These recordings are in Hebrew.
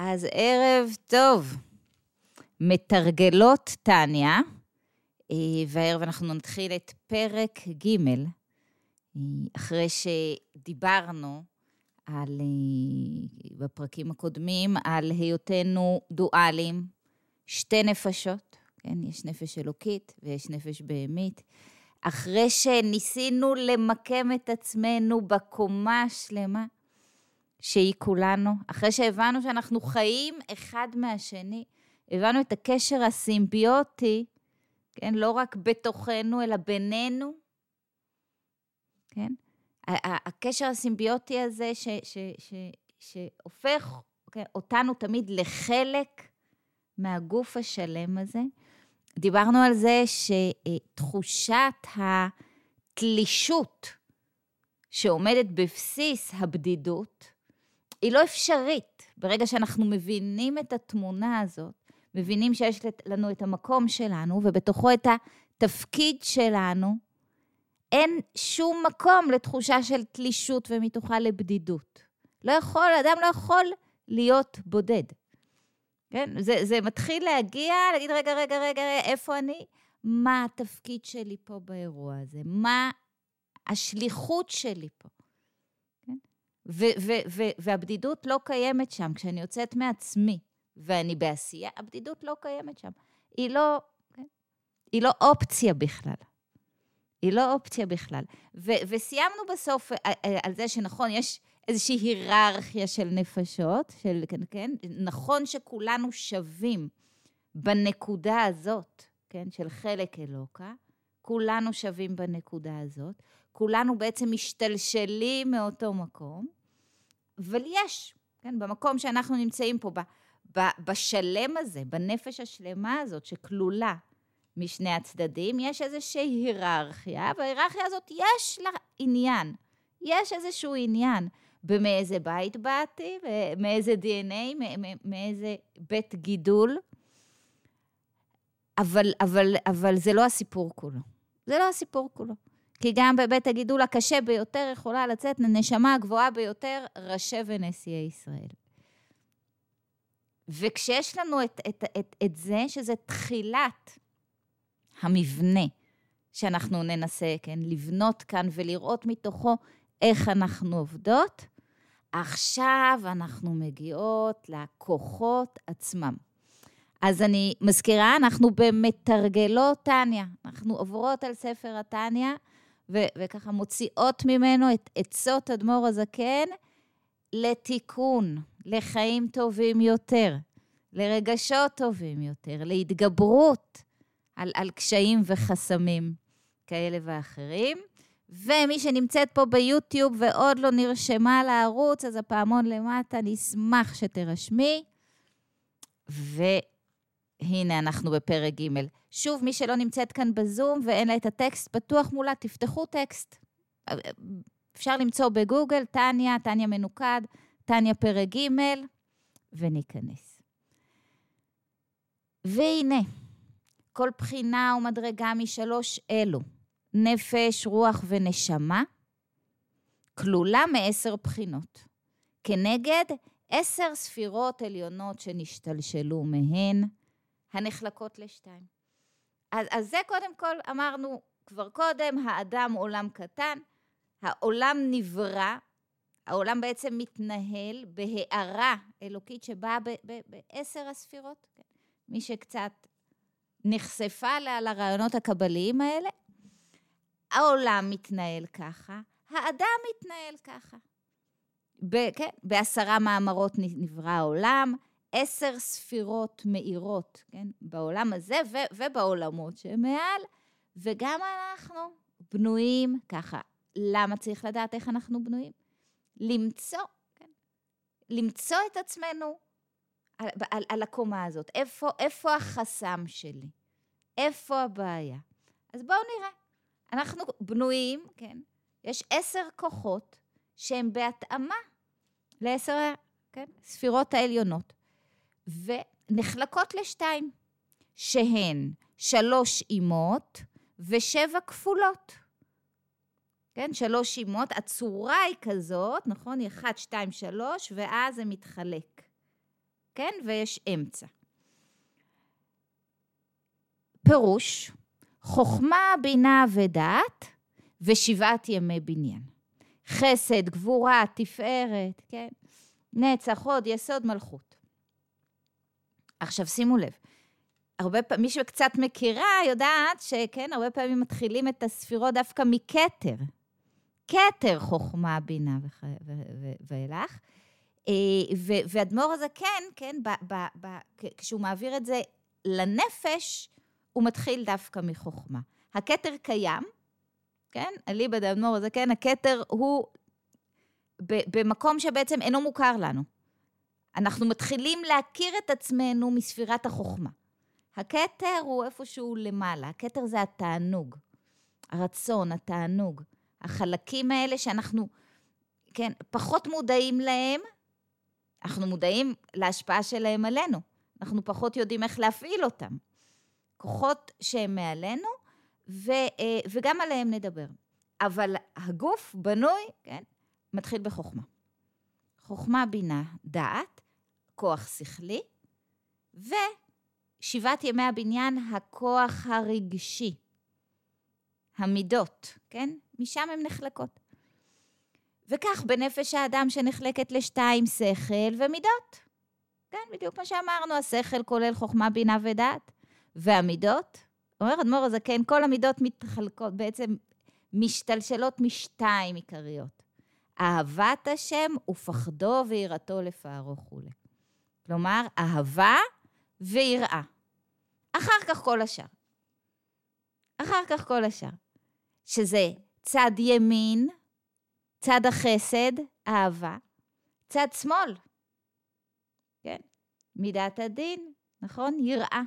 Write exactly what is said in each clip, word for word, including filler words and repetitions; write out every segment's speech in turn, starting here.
אז ערב טוב, מתרגלות טניה, והערב אנחנו נתחיל את פרק ג' אחרי שדיברנו על, בפרקים הקודמים על היותנו דואלים, שתי נפשות, כן? יש נפש אלוקית ויש נפש בהמית, אחרי שניסינו למקם את עצמנו בקומה שלמה, שהיא כולנו, אחרי שהבנו שאנחנו חיים אחד מהשני, הבנו את הקשר הסימביוטי, כן? לא רק בתוכנו, אלא בינינו, כן? הקשר הסימביוטי הזה ש, ש, ש, שהופך כן, אותנו תמיד לחלק מהגוף השלם הזה. דיברנו על זה שתחושת התלישות שעומדת בבסיס הבדידות, היא לא אפשרית. ברגע שאנחנו מבינים את התמונה הזאת, מבינים שיש לנו את המקום שלנו, ובתוכו את התפקיד שלנו, אין שום מקום לתחושה של תלישות ומתוכה לבדידות. לא יכול, אדם לא יכול להיות בודד. כן? זה, זה מתחיל להגיע, להגיד רגע, רגע, רגע, איפה אני? מה התפקיד שלי פה באירוע הזה? מה השליחות שלי פה? כן? ו- ו- ו- והבדידות לא קיימת שם. כשאני יוצאת מעצמי ואני בעשייה, הבדידות לא קיימת שם. היא לא, כן? היא לא אופציה בכלל. היא לא אופציה בכלל. ו- וסיימנו בסוף על זה שנכון, יש איזושהי היררכיה של נפשות, של, כן, כן? נכון שכולנו שווים בנקודה הזאת, כן? של חלק אלוקה, כולנו שווים בנקודה הזאת, כולנו בעצם משתלשלים מאותו מקום, אבל יש, כן? במקום שאנחנו נמצאים פה, ב- ב- בשלם הזה, בנפש השלמה הזאת שכלולה משני הצדדים, יש איזושהי היררכיה, וההיררכיה הזאת יש לה עניין, יש איזשהו עניין, במאיזה בית באתי, מאיזה די אן איי, מאיזה בית גידול, אבל, אבל, אבל זה לא הסיפור כולו. זה לא הסיפור כולו. כי גם בבית הגידול הקשה ביותר יכולה לצאת לנשמה הגבוהה ביותר, ראשי ונשיאי ישראל. וכשיש לנו את, את, את, את זה, שזה תחילת המבנה, שאנחנו ננסה, כן, לבנות כאן ולראות מתוכו איך אנחנו עובדות, עכשיו אנחנו מגיעות לכוחות עצמם. אז אני מזכירה, אנחנו במתרגלות טניה, אנחנו עוברות על ספר הטניה, ו- וככה מוציאות ממנו את עצות אדמו"ר הזקן, לתיקון, לחיים טובים יותר, לרגשות טובים יותר, להתגברות על, על קשיים וחסמים כאלה ואחרים. ומי שנמצאת פה ביוטיוב ועוד לא נרשמה לערוץ, אז הפעמון למטה, נשמח שתרשמי. והנה אנחנו בפרק ג'. שוב, מי שלא נמצאת כאן בזום ואין לה את הטקסט פתוח מולה, תפתחו טקסט. אפשר למצוא בגוגל, טניה, טניה מנוקד, טניה פרק ג' וניכנס. והנה, כל בחינה ומדרגה משלוש אלו, נפש, רוח ונשמה, כלולה מעשר בחינות, כנגד עשר ספירות עליונות שנשתלשלו מהן, הנחלקות לשתיים. אז, אז זה קודם כל אמרנו כבר קודם, האדם עולם קטן, העולם נברא, העולם בעצם מתנהל בהארה אלוקית שבאה בעשר הספירות. כן? מי שקצת נחשפה לה לרעיונות הקבליים האלה, העולם מתנהל ככה, האדם מתנהל ככה. ב, כן, בעשרה מאמרות נברא העולם, עשר ספירות מאירות, כן, בעולם הזה ו, ובעולמות שמעל, וגם אנחנו בנויים ככה. למה צריך לדעת איך אנחנו בנויים? למצוא, כן, למצוא את עצמנו על, על, על הקומה הזאת. איפה, איפה החסם שלי? איפה הבעיה? אז בואו נראה. אנחנו בנויים, כן? יש עשר כוחות שהם בהתאמה לעשר, כן? ספירות העליונות. ונחלקות לשתיים, שהן שלוש אימות ושבע כפולות. כן? שלוש אימות, הצורה היא כזאת, נכון? היא אחת, שתיים, שלוש, ואז זה מתחלק. כן? ויש אמצע. פירוש, חוכמה, בינה ודעת, ושבעת ימי בניין. חסד, גבורה, תפארת, כן? נצח, הוד, יסוד, מלכות. עכשיו שימו לב, הרבה פעמים, מי שקצת מכירה יודעת שכן, הרבה פעמים מתחילים את הספירות דווקא מכתר. כתר חוכמה, בינה ואילך. והאדמו"ר הזה כן, כן, ב, ב, ב, כשהוא מעביר את זה לנפש, הוא מתחיל דווקא מחוכמה. הכתר קיים, כן? אליבא דאדמו"ר הזה, כן, הכתר הוא במקום שבעצם אינו מוכר לנו. אנחנו מתחילים להכיר את עצמנו מספירת החוכמה. הכתר הוא איפשהו למעלה, הכתר זה התענוג, הרצון, התענוג, החלקים האלה שאנחנו, כן, פחות מודעים להם, אנחנו מודעים להשפעה שלהם עלינו, אנחנו פחות יודעים איך להפעיל אותם. כוחות שהם מעלינו, ו, וגם עליהם נדבר. אבל הגוף בנוי, כן, מתחיל בחוכמה. חוכמה, בינה, דעת, כוח שכלי, ושבעת ימי הבניין, הכוח הרגשי, המידות, כן? משם הן נחלקות. וכך בנפש האדם שנחלקת לשתיים, שכל ומידות. כן, בדיוק מה שאמרנו, השכל כולל חוכמה, בינה ודעת, והמידות, אומר אדמו"ר הזה, כן, כל המידות מתחלקות, בעצם משתלשלות משתיים עיקריות. אהבת השם ופחדו ויראתו לפארו כולי. כלומר, אהבה ויראה. אחר כך כל השאר. אחר כך כל השאר. שזה צד ימין, צד החסד, אהבה, צד שמאל. כן? מידת הדין, נכון? יראה.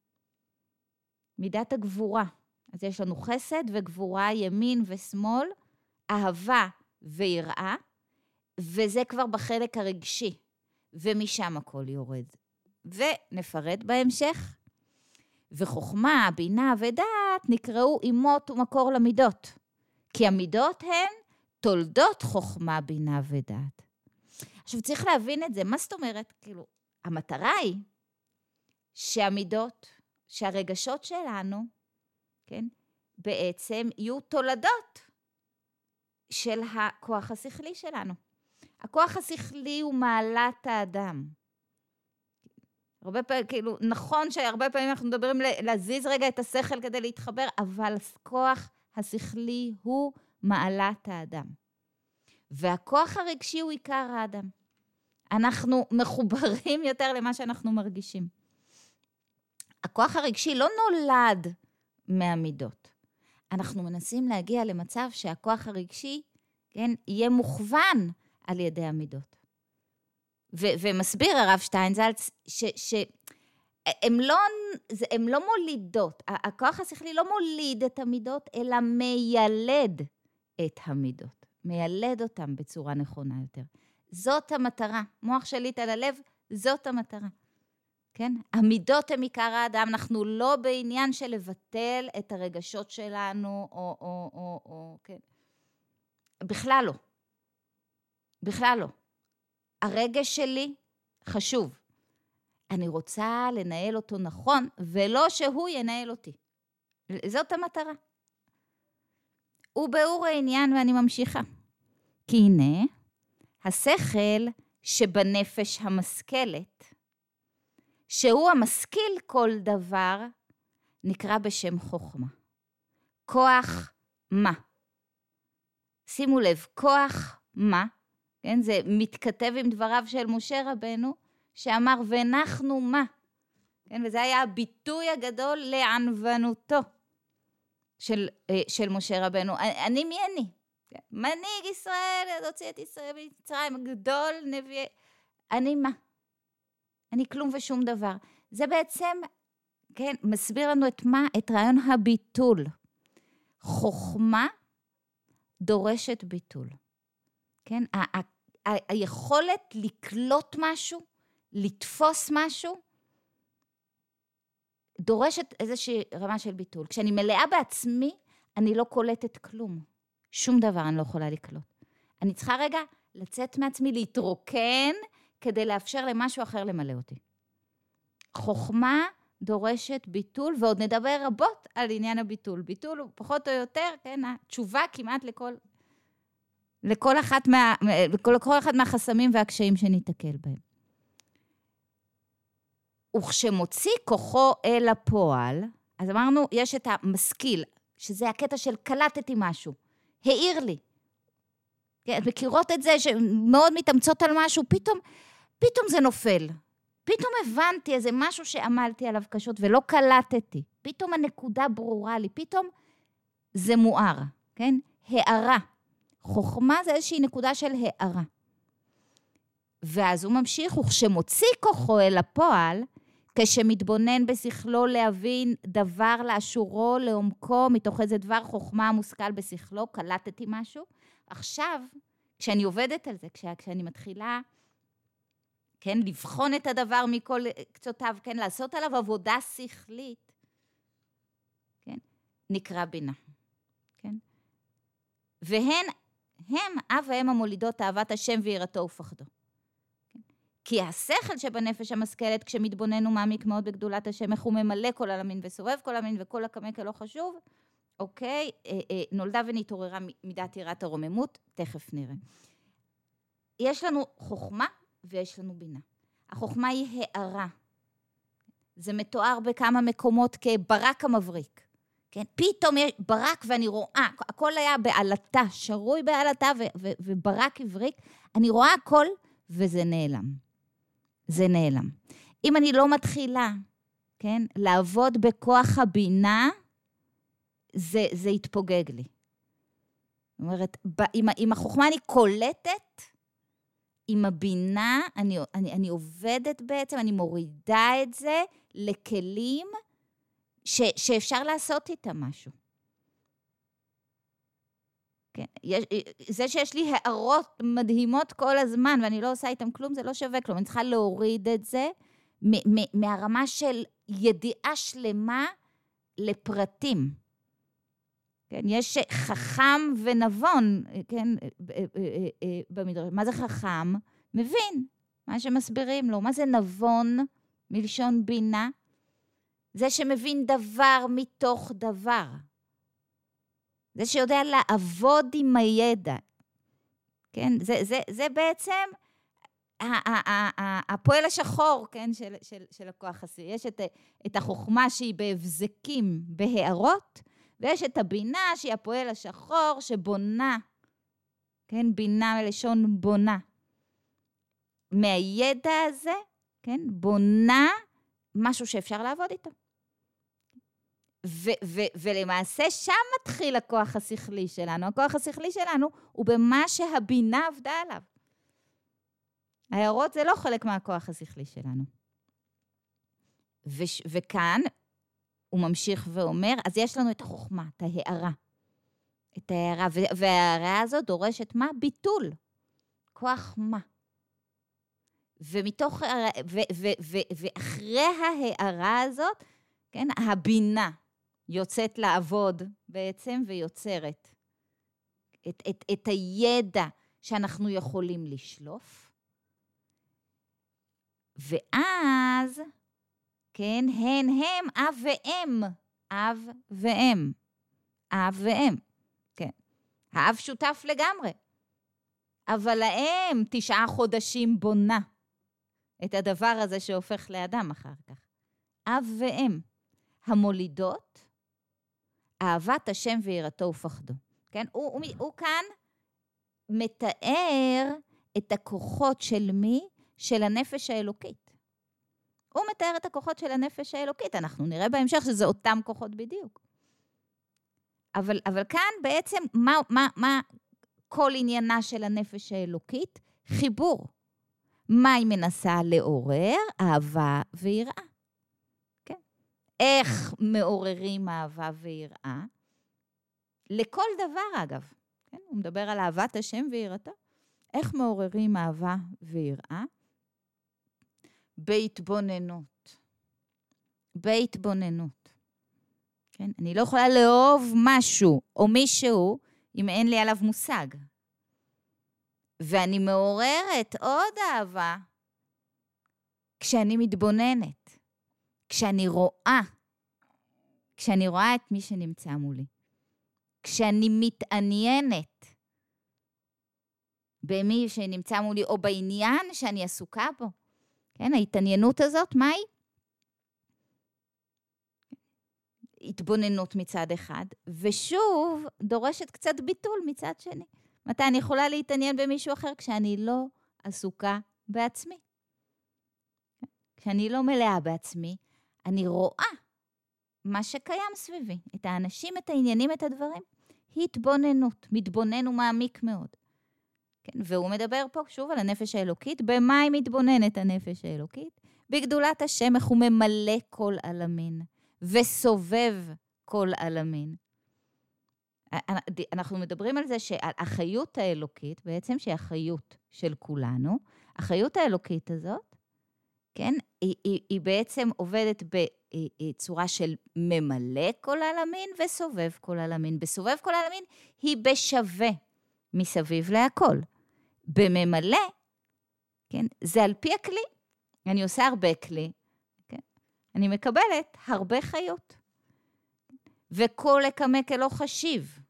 מידת הגבורה. אז יש לנו חסד וגבורה, ימין ושמאל, אהבה ויראה, וזה כבר בחלק הרגשי, ומשם הכל יורד. ונפרט בהמשך. וחוכמה, בינה ודעת נקראו אימות ומקור למידות, כי המידות הן תולדות חוכמה, בינה ודעת. עכשיו צריך להבין את זה, מה זאת אומרת? כאילו, המטרה היא שהמידות, שהרגשות שלנו, כן, בעצם יהיו תולדות של הכוח השכלי שלנו. הכוח השכלי הוא מעלת האדם. הרבה פעמים, כאילו, נכון שהרבה פעמים אנחנו מדברים להזיז רגע את השכל כדי להתחבר, אבל הכוח השכלי הוא מעלת האדם. והכוח הרגשי הוא עיקר האדם. אנחנו מחוברים יותר למה שאנחנו מרגישים. הכוח הרגשי לא נולד מהמידות. אנחנו מנסים להגיע למצב שהכוח הרגשי, כן, יהיה מוכוון על ידי המידות. ו- ומסביר הרב שטיינזלץ שהם לא, הם לא מולידות, הכוח השכלי לא מוליד את המידות, אלא מיילד את המידות, מיילד אותם בצורה נכונה יותר. זאת המטרה, מוח שליט על הלב, זאת המטרה. כן? המידות הם עיקר האדם, אנחנו לא בעניין של לבטל את הרגשות שלנו, או, או, או, או, כן. בכלל לא. בכלל לא. הרגש שלי חשוב. אני רוצה לנהל אותו נכון, ולא שהוא ינהל אותי. זאת המטרה. וביאור העניין, ואני ממשיכה. כי הנה, השכל שבנפש המשכלת, שהוא המשכיל כל דבר, נקרא בשם חוכמה. כוח מה? שימו לב, כוח מה? כן, זה מתכתב עם דבריו של משה רבנו, שאמר, ונחנו מה? כן, וזה היה הביטוי הגדול לענוונותו של, של משה רבנו. אני מי אני? מנהיג ישראל, הוציא את ישראל במצרים, הגדול נביא, אני מה? אני כלום ושום דבר. זה בעצם, כן, מסביר לנו את מה? את רעיון הביטול. חוכמה דורשת ביטול. כן? ה- ה- ה- היכולת לקלוט משהו, לתפוס משהו, דורשת איזושהי רמה של ביטול. כשאני מלאה בעצמי, אני לא קולטת כלום. שום דבר אני לא יכולה לקלוט. אני צריכה רגע לצאת מעצמי, להתרוקן, כדי לאפשר למשהו אחר למלא אותי. חוכמה דורשת ביטול, ועוד נדבר רבות על עניין הביטול. ביטול הוא פחות או יותר, כן, התשובה כמעט לכל, לכל, אחת מה, לכל, לכל אחד מהחסמים והקשיים שניתקל בהם. וכשמוציא כוחו אל הפועל, אז אמרנו, יש את המשכיל, שזה הקטע של קלטתי משהו, העיר לי. כן, מכירות את זה שמאוד מתאמצות על משהו, פתאום, פתאום זה נופל. פתאום הבנתי איזה משהו שעמלתי עליו קשות ולא קלטתי. פתאום הנקודה ברורה לי, פתאום זה מואר, כן? הערה. חוכמה זה איזושהי נקודה של הערה. ואז הוא ממשיך, וכשמוציא כוחו אל הפועל, כשמתבונן בשכלו להבין דבר לאשורו, לעומקו, מתוך איזה דבר חוכמה מושכל בשכלו, קלטתי משהו. עכשיו, כשאני עובדת על זה, כשאני מתחילה, כן, לבחון את הדבר מכל קצותיו, כן, לעשות עליו עבודה שכלית, כן, נקרא בינה, כן. והן, הם, אב והם המולידות אהבת השם ויראתו ופחדו. כן? כי השכל שבנפש המשכלת, כשמתבונן ומעמיק מאוד בגדולת השם, איך הוא ממלא כל עלמין וסובב כל עלמין וכל הקמקה לא חשוב, אוקיי, אה, אה, נולדה ונתעוררה מידת יראת הרוממות, תכף נראה. יש לנו חוכמה, ויש לנו בינה. החוכמה היא הערה. זה מתואר בכמה מקומות כברק המבריק. כן? פתאום יש ברק ואני רואה, הכל היה בעלתה, שרוי בעלתה ו- ו- וברק הבריק, אני רואה הכל וזה נעלם. זה נעלם. אם אני לא מתחילה, כן, לעבוד בכוח הבינה, זה, זה יתפוגג לי. זאת אומרת, עם, עם החוכמה אני קולטת, עם הבינה, אני, אני, אני עובדת בעצם, אני מורידה את זה לכלים ש, שאפשר לעשות איתם משהו. כן, יש, זה שיש לי הערות מדהימות כל הזמן, ואני לא עושה איתם כלום, זה לא שווה כלום. אני צריכה להוריד את זה מ, מ, מהרמה של ידיעה שלמה לפרטים. כן, יש חכם ונבון, כן, במדרש. מה זה חכם? מבין מה שמסבירים לו. מה זה נבון? מלשון בינה. זה שמבין דבר מתוך דבר. זה שיודע לעבוד עם הידע. כן, זה, זה, זה בעצם הפועל השחור, כן, של, של, של הכוח הזה. יש את, את החוכמה שהיא בהבזקים, בהערות, ויש את הבינה שהיא הפועל השחור שבונה, כן, בינה מלשון בונה. מהידע הזה, כן, בונה משהו שאפשר לעבוד איתו. ו- ו- ולמעשה שם מתחיל הכוח השכלי שלנו. הכוח השכלי שלנו הוא במה שהבינה עבדה עליו. ההערות זה לא חלק מהכוח השכלי שלנו. ו- וכאן הוא ממשיך ואומר, אז יש לנו את החוכמה, את ההערה. את ההערה, וההערה הזאת דורשת מה? ביטול. כוח מה? ומתוך, ו, ו, ו, ואחרי ההערה הזאת, כן, הבינה יוצאת לעבוד בעצם ויוצרת את, את, את הידע שאנחנו יכולים לשלוף. ואז, כן, הן הם, אב ואם, אב ואם, אב ואם, כן. האב שותף לגמרי, אבל האם תשעה חודשים בונה את הדבר הזה שהופך לאדם אחר כך. אב ואם, המולידות, אהבת השם ויראתו ופחדו. כן? הוא, הוא, הוא כאן מתאר את הכוחות של מי? של הנפש האלוקית. הוא מתאר את הכוחות של הנפש האלוקית. אנחנו נראה בהמשך שזה אותם כוחות בדיוק. אבל, אבל כאן בעצם, מה, מה, מה כל עניינה של הנפש האלוקית? חיבור. מה היא מנסה לעורר? אהבה ויראה. כן? איך מעוררים אהבה ויראה? לכל דבר, אגב. כן? הוא מדבר על אהבת השם ויראתו. איך מעוררים אהבה ויראה? בהתבוננות. בהתבוננות. כן? אני לא יכולה לאהוב משהו או מישהו אם אין לי עליו מושג. ואני מעוררת עוד אהבה כשאני מתבוננת, כשאני רואה, כשאני רואה את מי שנמצא מולי, כשאני מתעניינת במי שנמצא מולי, או בעניין שאני עסוקה בו, כן, ההתעניינות הזאת, מה היא? התבוננות מצד אחד, ושוב דורשת קצת ביטול מצד שני. מתי אני יכולה להתעניין במישהו אחר? כשאני לא עסוקה בעצמי. כשאני לא מלאה בעצמי, אני רואה מה שקיים סביבי, את האנשים, את העניינים, את הדברים. התבוננות, מתבונן ומעמיק מאוד. כן? והוא מדבר פה שוב על הנפש האלוקית. במה היא מתבוננת הנפש האלוקית? בגדולת השם, איך הוא ממלא כל עלמין, וסובב כל עלמין. אנחנו מדברים על זה שהחיות האלוקית, בעצם שהיא החיות של כולנו, החיות האלוקית הזאת, כן, היא, היא, היא בעצם עובדת בצורה של ממלא כל עלמין וסובב כל עלמין. בסובב כל עלמין היא בשווה מסביב להכל. בממלא, כן, זה על פי הכלי. אני עושה הרבה כלי, כן? אני מקבלת הרבה חיות. וכל הקמה כלא חשיב.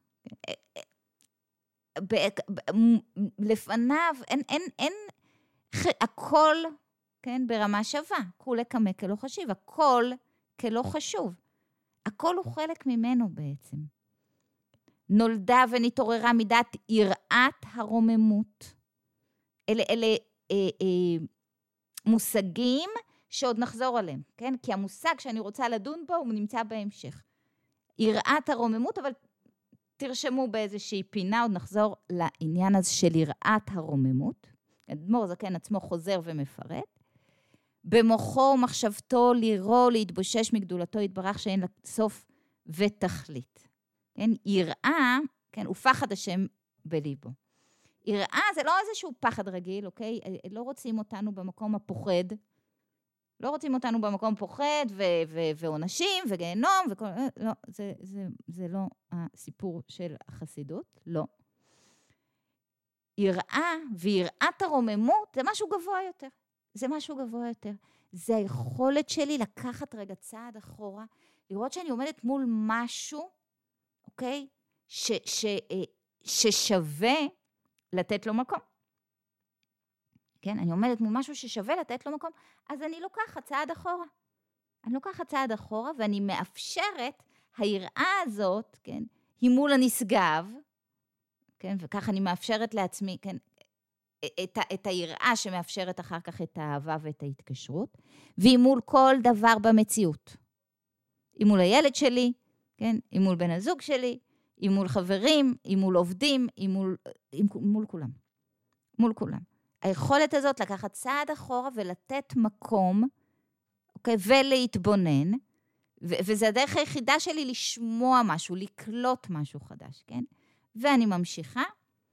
לפניו, אין, אין, אין, הכל, כן, ברמה שווה. כל הקמה כלא חשיב, הכל כלא חשוב. הכל הוא חלק ממנו בעצם. נולדה ונתעוררה מידת יראת הרוממות. אלה, אלה אה, אה, מושגים שעוד נחזור עליהם, כן? כי המושג שאני רוצה לדון בו, הוא נמצא בהמשך. יראת הרוממות, אבל תרשמו באיזושהי פינה, עוד נחזור לעניין הזה של יראת הרוממות. אדמו"ר זקן עצמו חוזר ומפרט. במוחו ומחשבתו לירו, להתבושש מגדולתו, יתברך שאין לה סוף ותכלית. כן? יראה, כן, ופחד השם בליבו. יראה זה לא איזשהו פחד רגיל, אוקיי? לא רוצים אותנו במקום הפוחד, לא רוצים אותנו במקום פוחד ו- ו- ועונשים וגיהנום וכל, לא, זה, זה, זה לא הסיפור של החסידות, לא. יראה ויראת הרוממות זה משהו גבוה יותר, זה משהו גבוה יותר. זה היכולת שלי לקחת רגע צעד אחורה, לראות שאני עומדת מול משהו, אוקיי? ש, ש, ששווה לתת לו מקום. כן, אני עומדת מול משהו ששווה לתת לו מקום, אז אני לוקחת צעד אחורה. אני לוקחת צעד אחורה, ואני מאפשרת, היראה הזאת, כן, היא מול הנשגב, כן, וכך אני מאפשרת לעצמי, כן, את, את היראה שמאפשרת אחר כך את האהבה ואת ההתקשרות, והיא מול כל דבר במציאות. היא מול הילד שלי, כן, היא מול בן הזוג שלי, היא מול חברים, היא מול עובדים, היא מול, היא מול כולם. מול כולם. היכולת הזאת לקחת צעד אחורה ולתת מקום, אוקיי, ולהתבונן, ו- וזה הדרך היחידה שלי לשמוע משהו, לקלוט משהו חדש, כן? ואני ממשיכה.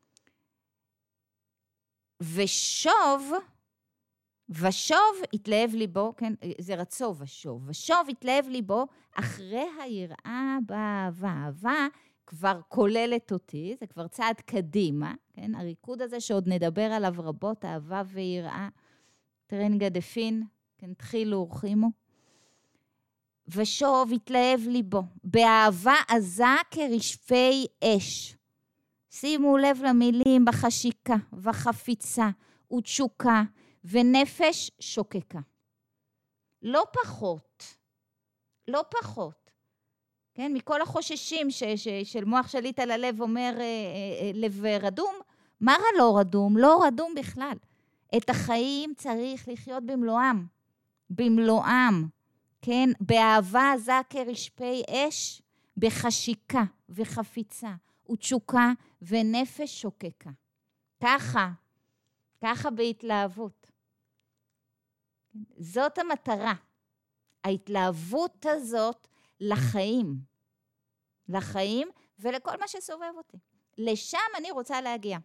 ושוב, ושוב התלהב ליבו, כן? זה רצו ושוב. ושוב התלהב ליבו, אחרי היראה באהבה. אהבה כבר כוללת אותי, זה כבר צעד קדימה, כן? הריקוד הזה שעוד נדבר עליו רבות, אהבה ויראה, טרנגה דפין, כן, תחילו ורחימו. ושוב התלהב ליבו, באהבה עזה כרשפי אש. שימו לב למילים בחשיקה וחפיצה ותשוקה ונפש שוקקה. לא פחות, לא פחות. כן, מכל החוששים ש, ש, של מוח שליט על הלב אומר אה, אה, לב רדום, מה רע לא רדום? לא רדום בכלל. את החיים צריך לחיות במלואם, במלואם, כן? באהבה עזה כרשפי אש, בחשיקה וחפיצה ותשוקה ונפש שוקקה. ככה, ככה בהתלהבות. זאת המטרה. ההתלהבות הזאת לחיים, לחיים ולכל מה שסובב אותי. לשם אני רוצה להגיע.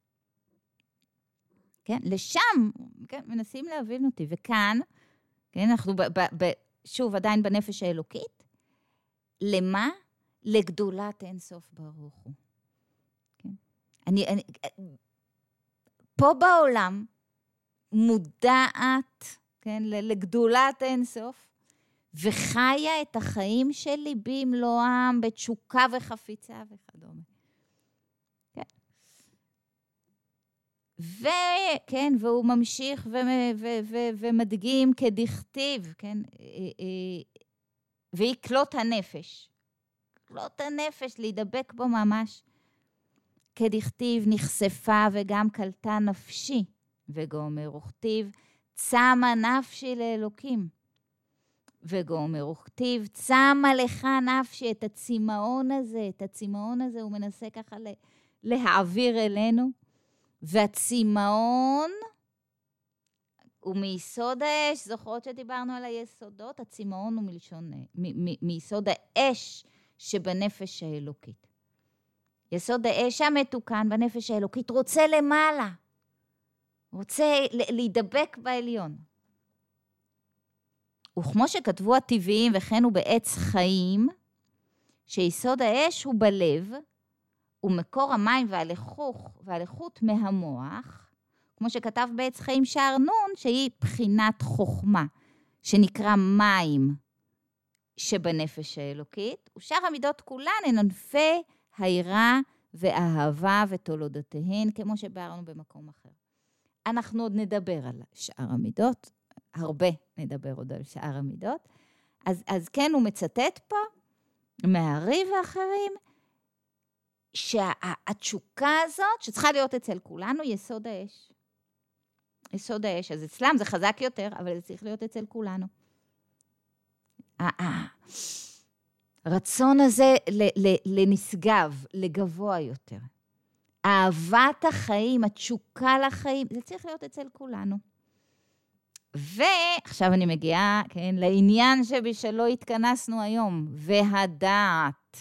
כן, לשם, כן, מנסים להבין אותי. וכאן, כן, אנחנו ב, ב, ב, שוב עדיין בנפש האלוקית, למה? לגדולת אין סוף ברוך הוא. כן? אני, אני, פה בעולם מודעת כן, לגדולת אינסוף, וחיה את החיים שלי במלואם, בתשוקה וחפיצה וכדומה. כן. וכן, והוא ממשיך ו- ו- ו- ומדגים כדכתיב, כן, והיא כלות הנפש. כלות הנפש, להידבק בו ממש. כדכתיב נחשפה וגם קלטה נפשי, וגומר וכתיב, צמה נפשי לאלוקים. וגומר וכתיב, צמה לך נפשי, את הצמאון הזה, את הצמאון הזה, הוא מנסה ככה להעביר אלינו. והצמאון הוא מיסוד האש, זוכרות שדיברנו על היסודות? הצמאון הוא מלשון, מ- מ- מיסוד האש שבנפש האלוקית. יסוד האש המתוקן בנפש האלוקית רוצה למעלה, רוצה להידבק בעליון. וכמו שכתבו הטבעיים וכן הוא בעץ חיים, שיסוד האש הוא בלב, ומקור המים והלכוך והלכות מהמוח, כמו שכתב בעץ חיים שער נון, שהיא בחינת חוכמה, שנקרא מים שבנפש האלוקית, ושאר המידות כולן הן ענפי היראה ואהבה ותולדותיהן, כמו שבארנו במקום אחר. אנחנו עוד נדבר על שאר המידות, הרבה נדבר עוד על שאר המידות, אז, אז כן הוא מצטט פה, מהרי ואחרים, שהתשוקה הזאת, שצריכה להיות אצל כולנו, יסוד האש. יסוד האש, אז אצלם זה חזק יותר, אבל זה צריך להיות אצל כולנו. הרצון הזה לנשגב, לגבוה יותר. אהבת החיים, התשוקה לחיים, זה צריך להיות אצל כולנו. ועכשיו אני מגיעה, כן, לעניין שבשלו התכנסנו היום, והדעת.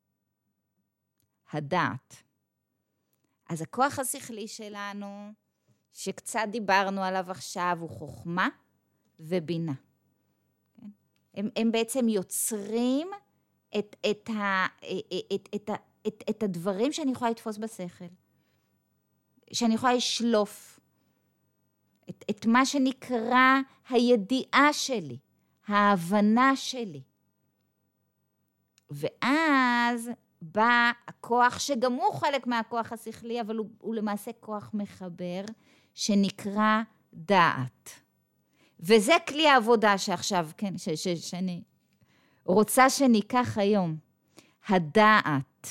הדעת. אז הכוח השכלי שלנו, שקצת דיברנו עליו עכשיו, הוא חוכמה ובינה. כן? הם, הם בעצם יוצרים את, את, ה, את, את, את, את, את הדברים שאני יכולה לתפוס בשכל. שאני יכולה לשלוף. את, את מה שנקרא הידיעה שלי, ההבנה שלי. ואז בא הכוח שגם הוא חלק מהכוח השכלי, אבל הוא, הוא למעשה כוח מחבר, שנקרא דעת. וזה כלי העבודה שעכשיו, כן, ש, ש, שאני רוצה שניקח היום. הדעת.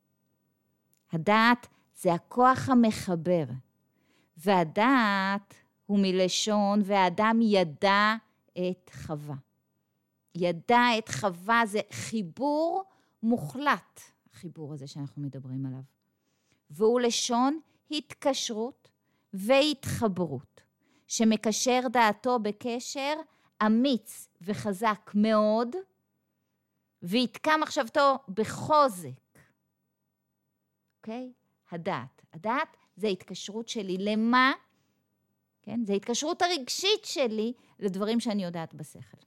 הדעת זה הכוח המחבר. והדעת הוא מלשון, והאדם ידע את חווה. ידע את חווה זה חיבור מוחלט, החיבור הזה שאנחנו מדברים עליו. והוא לשון התקשרות והתחברות, שמקשר דעתו בקשר אמיץ וחזק מאוד, ויתקע מחשבתו בחוזק. אוקיי? הדעת. הדעת זה ההתקשרות שלי. למה? כן? זה ההתקשרות הרגשית שלי לדברים שאני יודעת בשכל.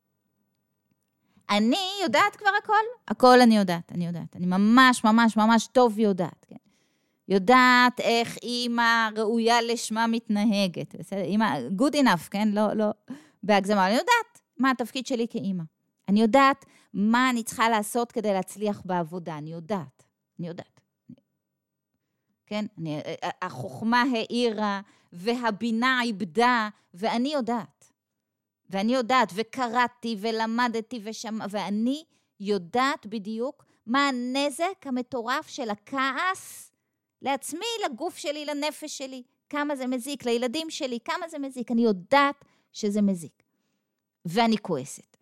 אני יודעת כבר הכל? הכל אני יודעת, אני יודעת. אני ממש ממש ממש טוב יודעת, כן? יודעת איך אימא ראויה לשמה מתנהגת. בסדר? אימא, good enough, כן? לא, לא, בהגזמה. אני יודעת מה התפקיד שלי כאימא. אני יודעת מה אני צריכה לעשות כדי להצליח בעבודה. אני יודעת, אני יודעת. כן? אני, החוכמה העירה והבינה עיבדה, ואני יודעת. ואני יודעת, וקראתי ולמדתי ושם, ואני יודעת בדיוק מה הנזק המטורף של הכעס לעצמי, לגוף שלי, לנפש שלי, כמה זה מזיק, לילדים שלי, כמה זה מזיק. אני יודעת שזה מזיק. ואני כועסת.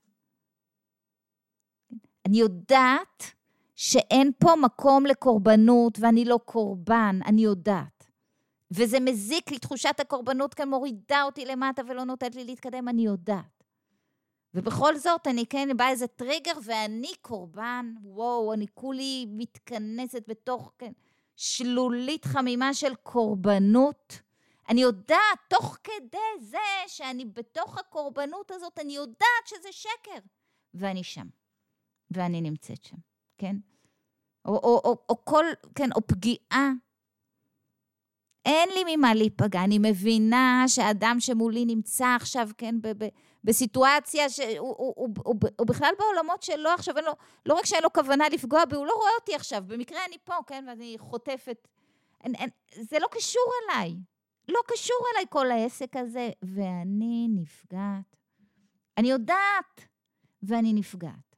אני יודעת שאין פה מקום לקורבנות, ואני לא קורבן, אני יודעת. וזה מזיק לי, תחושת הקורבנות כאן מורידה אותי למטה ולא נותנת לי להתקדם, אני יודעת. ובכל זאת, אני כן, בא איזה טריגר, ואני קורבן, וואו, אני כולי מתכנסת בתוך, כן, שלולית חמימה של קורבנות. אני יודעת, תוך כדי זה, שאני בתוך הקורבנות הזאת, אני יודעת שזה שקר. ואני שם. ואני נמצאת שם, כן? או, או, או, או כל, כן, או פגיעה. אין לי ממה להיפגע, אני מבינה שהאדם שמולי נמצא עכשיו, כן, ב- ב- בסיטואציה שהוא הוא, הוא, הוא, הוא בכלל בעולמות שלו עכשיו, לא, לא רק שאין לו כוונה לפגוע בי, הוא לא רואה אותי עכשיו, במקרה אני פה, כן, ואני חוטפת, אין, אין, זה לא קשור אליי, לא קשור אליי כל העסק הזה, ואני נפגעת. אני יודעת, ואני נפגעת.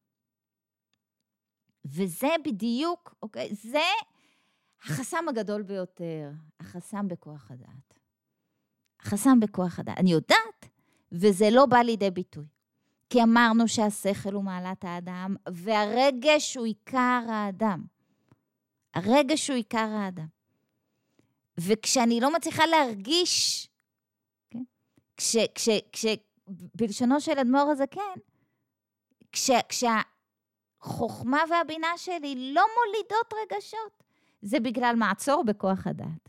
וזה בדיוק, אוקיי, זה החסם הגדול ביותר, החסם בכוח הדעת. החסם בכוח הדעת. אני יודעת, וזה לא בא לידי ביטוי. כי אמרנו שהשכל הוא מעלת האדם, והרגש הוא עיקר האדם. הרגש הוא עיקר האדם. וכשאני לא מצליחה להרגיש, כן? כש, כש, כש, בלשונו של אדמו"ר הזה, כן, כש, כשהחוכמה והבינה שלי לא מולידות רגשות, זה בגלל מעצור בכוח הדעת.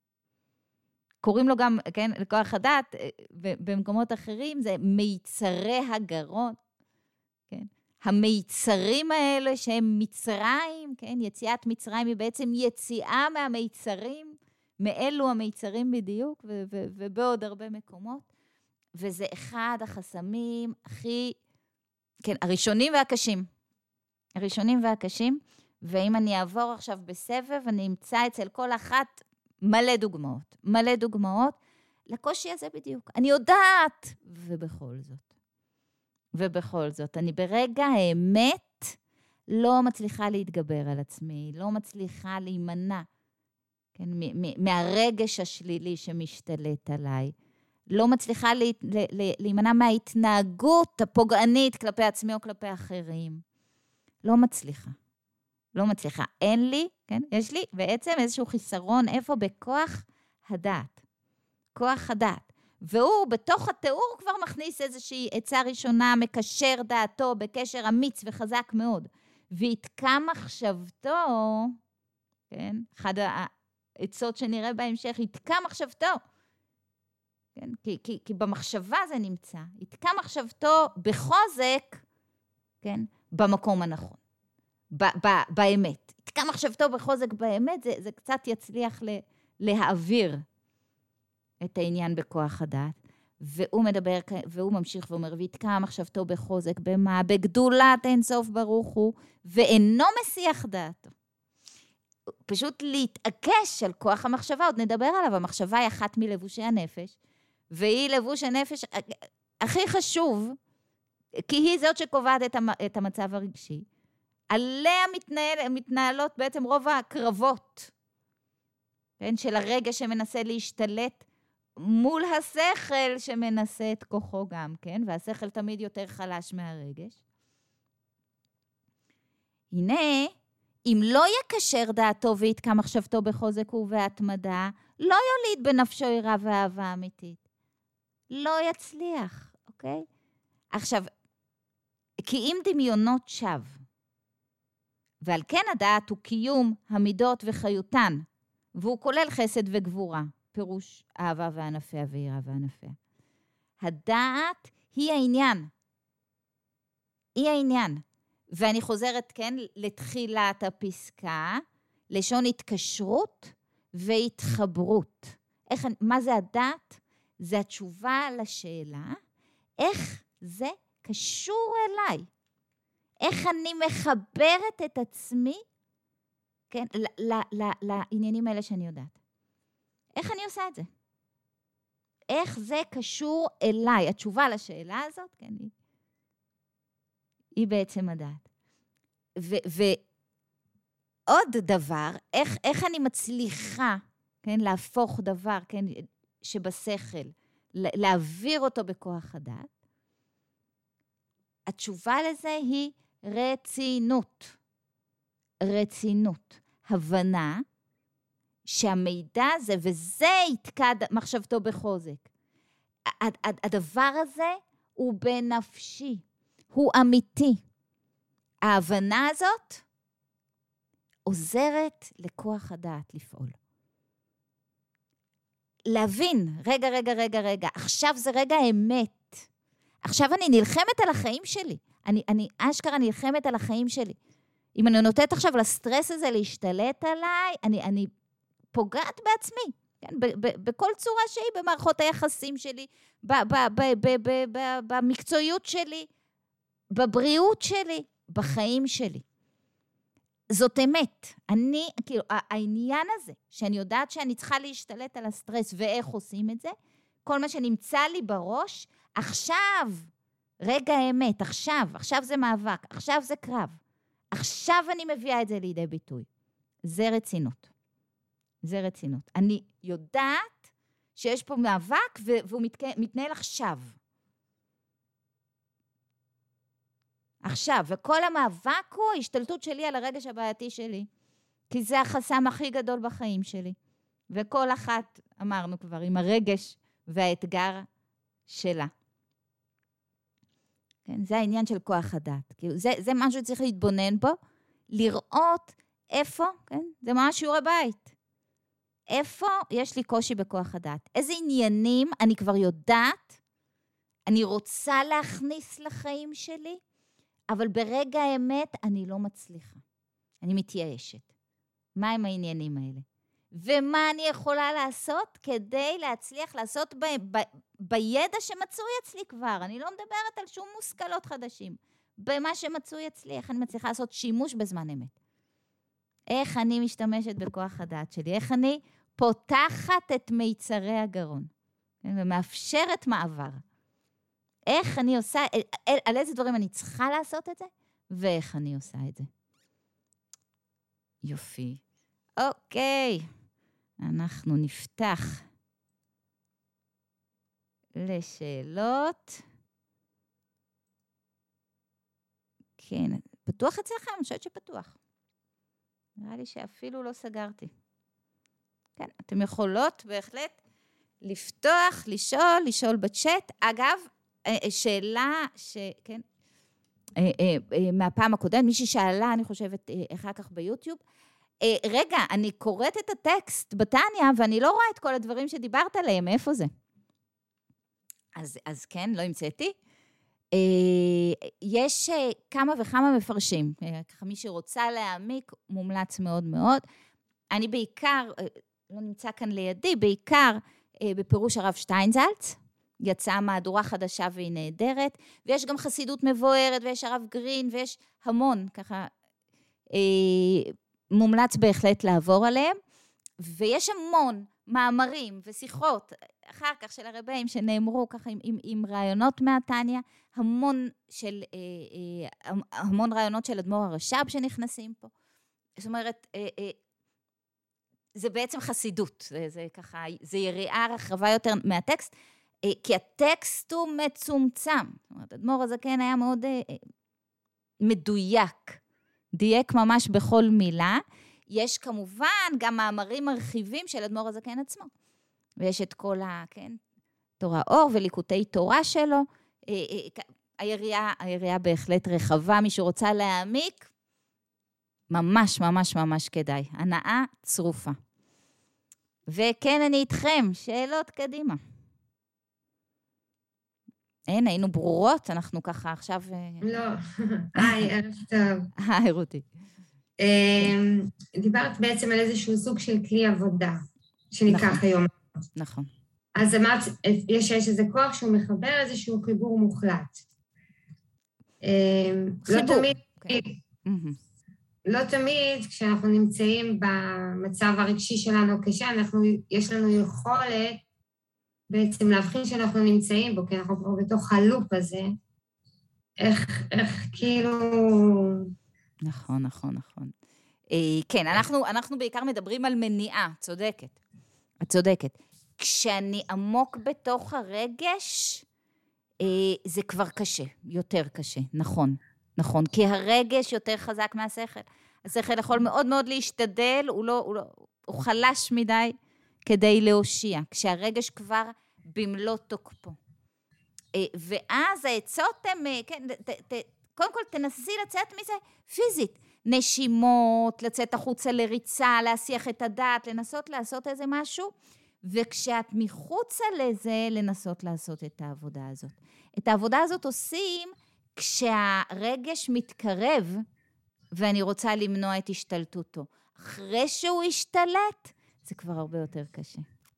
קוראים לו גם, כן, לכוח הדעת, במקומות אחרים, זה מיצרי הגרון, כן? המיצרים האלה שהם מצרים, כן? יציאת מצרים היא בעצם יציאה מהמיצרים, מאלו המיצרים בדיוק, ו- ו- ובעוד הרבה מקומות, וזה אחד החסמים הכי, כן, הראשונים והקשים. הראשונים והקשים, ואם אני אעבור עכשיו בסבב, אני אמצא אצל כל אחת מלא דוגמאות, מלא דוגמאות, לקושי הזה בדיוק. אני יודעת, ובכל זאת, ובכל זאת, אני ברגע האמת לא מצליחה להתגבר על עצמי, לא מצליחה להימנע, כן, מהרגש השלילי שמשתלט עליי, לא מצליחה לה, לה, להימנע מההתנהגות הפוגענית כלפי עצמי או כלפי אחרים. לא מצליחה. לא מצליחה. אין לי, כן? יש לי בעצם איזשהו חיסרון איפה בכוח הדעת. כוח הדעת. והוא בתוך התיאור כבר מכניס איזושהי עצה ראשונה, מקשר דעתו בקשר אמיץ וחזק מאוד. ויתקע מחשבתו, כן? אחד העצות שנראה בהמשך, יתקע מחשבתו. כן? כי, כי, כי במחשבה זה נמצא. יתקע מחשבתו בחוזק, כן? במקום הנכון. ב, ב, באמת. יתקע מחשבתו בחוזק באמת, זה, זה קצת יצליח לה, להעביר את העניין בכוח הדעת. והוא מדבר, והוא ממשיך ואומר, ויתקע מחשבתו בחוזק, במה? בגדולת אינסוף ברוך הוא, ואינו מסיח דעתו. פשוט להתעקש על כוח המחשבה, עוד נדבר עליו, המחשבה היא אחת מלבושי הנפש, והיא לבוש הנפש הכי חשוב, כי היא זאת שקובעת את המצב הרגשי. עליה מתנהל, מתנהלות בעצם רוב הקרבות, כן, של הרגע שמנסה להשתלט מול השכל שמנסה את כוחו גם, כן, והשכל תמיד יותר חלש מהרגש. הנה, אם לא יקשר דעתו ויתקע מחשבתו בחוזק ובהתמדה, לא יוליד בנפשו יראה ואהבה אמיתית. לא יצליח, אוקיי? עכשיו, כי אם דמיונות שווא, ועל כן הדעת הוא קיום המידות וחיותן, והוא כולל חסד וגבורה, פירוש אהבה וענפיה ויראה וענפיה. הדעת היא העניין. היא העניין. ואני חוזרת, כן, לתחילת הפסקה, לשון התקשרות והתחברות. איך, מה זה הדעת? זה התשובה לשאלה, איך זה קשור אליי? איך אני מחברת את עצמי, כן, ל- ל- ל- לעניינים האלה שאני יודעת. איך אני עושה את זה? איך זה קשור אליי? התשובה לשאלה הזאת, כן, היא, היא בעצם הדעת. ו- ועוד דבר, איך, איך אני מצליחה, כן, להפוך דבר, כן, שבשכל, להעביר אותו בכוח הדעת. התשובה לזה היא רצינות. רצינות. הבנה שהמידע הזה, וזה יתקע מחשבתו בחוזק. הדבר הזה הוא בנפשי, הוא אמיתי. ההבנה הזאת עוזרת לכוח הדעת לפעול. להבין, רגע, רגע, רגע, רגע, עכשיו זה רגע האמת. עכשיו אני נלחמת על החיים שלי. אני, אני אשכרה נלחמת על החיים שלי. אם אני נותנת עכשיו לסטרס הזה להשתלט עליי, אני, אני פוגעת בעצמי. כן? ב- ב- בכל צורה שהיא, במערכות היחסים שלי, ב- ב- ב- ב- ב- ב- במקצועיות שלי, בבריאות שלי, בחיים שלי. זאת אמת. אני, כאילו, העניין הזה, שאני יודעת שאני צריכה להשתלט על הסטרס, ואיך עושים את זה, כל מה שנמצא לי בראש, עכשיו, רגע האמת, עכשיו, עכשיו זה מאבק, עכשיו זה קרב. עכשיו אני מביאה את זה לידי ביטוי. זה רצינות. זה רצינות. אני יודעת שיש פה מאבק, והוא מתנהל עכשיו. עכשיו, וכל המאבק הוא השתלטות שלי על הרגש הבעייתי שלי, כי זה החסם הכי גדול בחיים שלי. וכל אחת, אמרנו כבר, עם הרגש והאתגר שלה. כן, זה העניין של כוח הדעת. כאילו, זה, זה משהו שצריך להתבונן בו, לראות איפה, כן? זה ממש שיעורי בית. איפה יש לי קושי בכוח הדעת? איזה עניינים אני כבר יודעת, אני רוצה להכניס לחיים שלי, אבל ברגע האמת אני לא מצליחה. אני מתייאשת. מה הם העניינים האלה? ומה אני יכולה לעשות כדי להצליח לעשות ב, ב, בידע שמצוי אצלי כבר? אני לא מדברת על שום מושכלות חדשים. במה שמצוי אצלי, איך אני מצליחה לעשות שימוש בזמן אמת? איך אני משתמשת בכוח הדעת שלי? איך אני פותחת את מיצרי הגרון? ומאפשרת מעבר. איך אני עושה, על, על איזה דברים אני צריכה לעשות את זה? ואיך אני עושה את זה? יופי. אוקיי. אנחנו נפתח לשאלות. כן, פתוח אצלכם? אני חושבת שפתוח. נראה לי שאפילו לא סגרתי. כן, אתם יכולות בהחלט לפתוח, לשאול, לשאול בצ'אט. אגב, שאלה ש... כן, מהפעם הקודם, מישהי שאלה, אני חושבת, אחר כך ביוטיוב, רגע, אני קוראת את הטקסט בתניה, ואני לא רואה את כל הדברים שדיברת עליהם, איפה זה? אז, אז כן, לא המצאתי. יש כמה וכמה מפרשים, ככה מי שרוצה להעמיק, מומלץ מאוד מאוד. אני בעיקר, לא נמצא כאן לידי, בעיקר בפירוש הרב שטיינזלץ, יצאה מהדורה חדשה והיא נהדרת, ויש גם חסידות מבוארת, ויש הרב גרין, ויש המון, ככה, מומלץ בהחלט לעבור עליהם, ויש המון מאמרים ושיחות, אחר כך של הרבאים שנאמרו ככה עם, עם, עם רעיונות מהתניה, המון של, אה, אה, המון רעיונות של אדמו"ר הרש"ב שנכנסים פה. זאת אומרת, אה, אה, זה בעצם חסידות, זה, זה ככה, זה יריעה רחבה יותר מהטקסט, אה, כי הטקסט הוא מצומצם. זאת אומרת, אדמו"ר הזקן היה מאוד אה, אה, מדויק, דייק ממש בכל מילה. יש כמובן גם מאמרים מרחיבים של אדמו"ר הזקן עצמו. ויש את כל ה, כן, תורה אור וליקוטי תורה שלו. היריעה, היריעה בהחלט רחבה, מי שרוצה להעמיק, ממש ממש ממש כדאי. הנאה צרופה. וכן, אני איתכם, שאלות קדימה. אין, היינו ברורות, אנחנו ככה עכשיו... לא, היי, ערב טוב. היי, רותי. דיברת בעצם על איזשהו סוג של כלי עבודה, שניקח היום. נכון. אז אמרת, יש איזה כוח שהוא מחבר איזשהו חיבור מוחלט. חיבור. לא תמיד, כשאנחנו נמצאים במצב הרגשי שלנו קשה, יש לנו יכולת בעצם להבחין שאנחנו נמצאים בו, כי אנחנו כבר בתוך הלופ הזה. איך, איך כאילו... נכון, נכון, נכון. כן, אנחנו, אנחנו בעיקר מדברים על מניעה, צודקת. את צודקת. כשאני עמוק בתוך הרגש, זה כבר קשה, יותר קשה, נכון, נכון. כי הרגש יותר חזק מהשכל. השכל יכול מאוד מאוד להשתדל, הוא לא, הוא לא, הוא חלש מדי כדי להושיע, כשהרגש כבר במלוא תוקפו. ואז העצות הם, כן, ת, ת, קודם כל תנסי לצאת מזה פיזית. נשימות, לצאת החוצה לריצה, להסיח את הדעת, לנסות לעשות איזה משהו, וכשאת מחוצה לזה, לנסות לעשות את העבודה הזאת. את העבודה הזאת עושים כשהרגש מתקרב, ואני רוצה למנוע את השתלטותו. אחרי שהוא השתלט, זה כבר הרבה יותר קשה.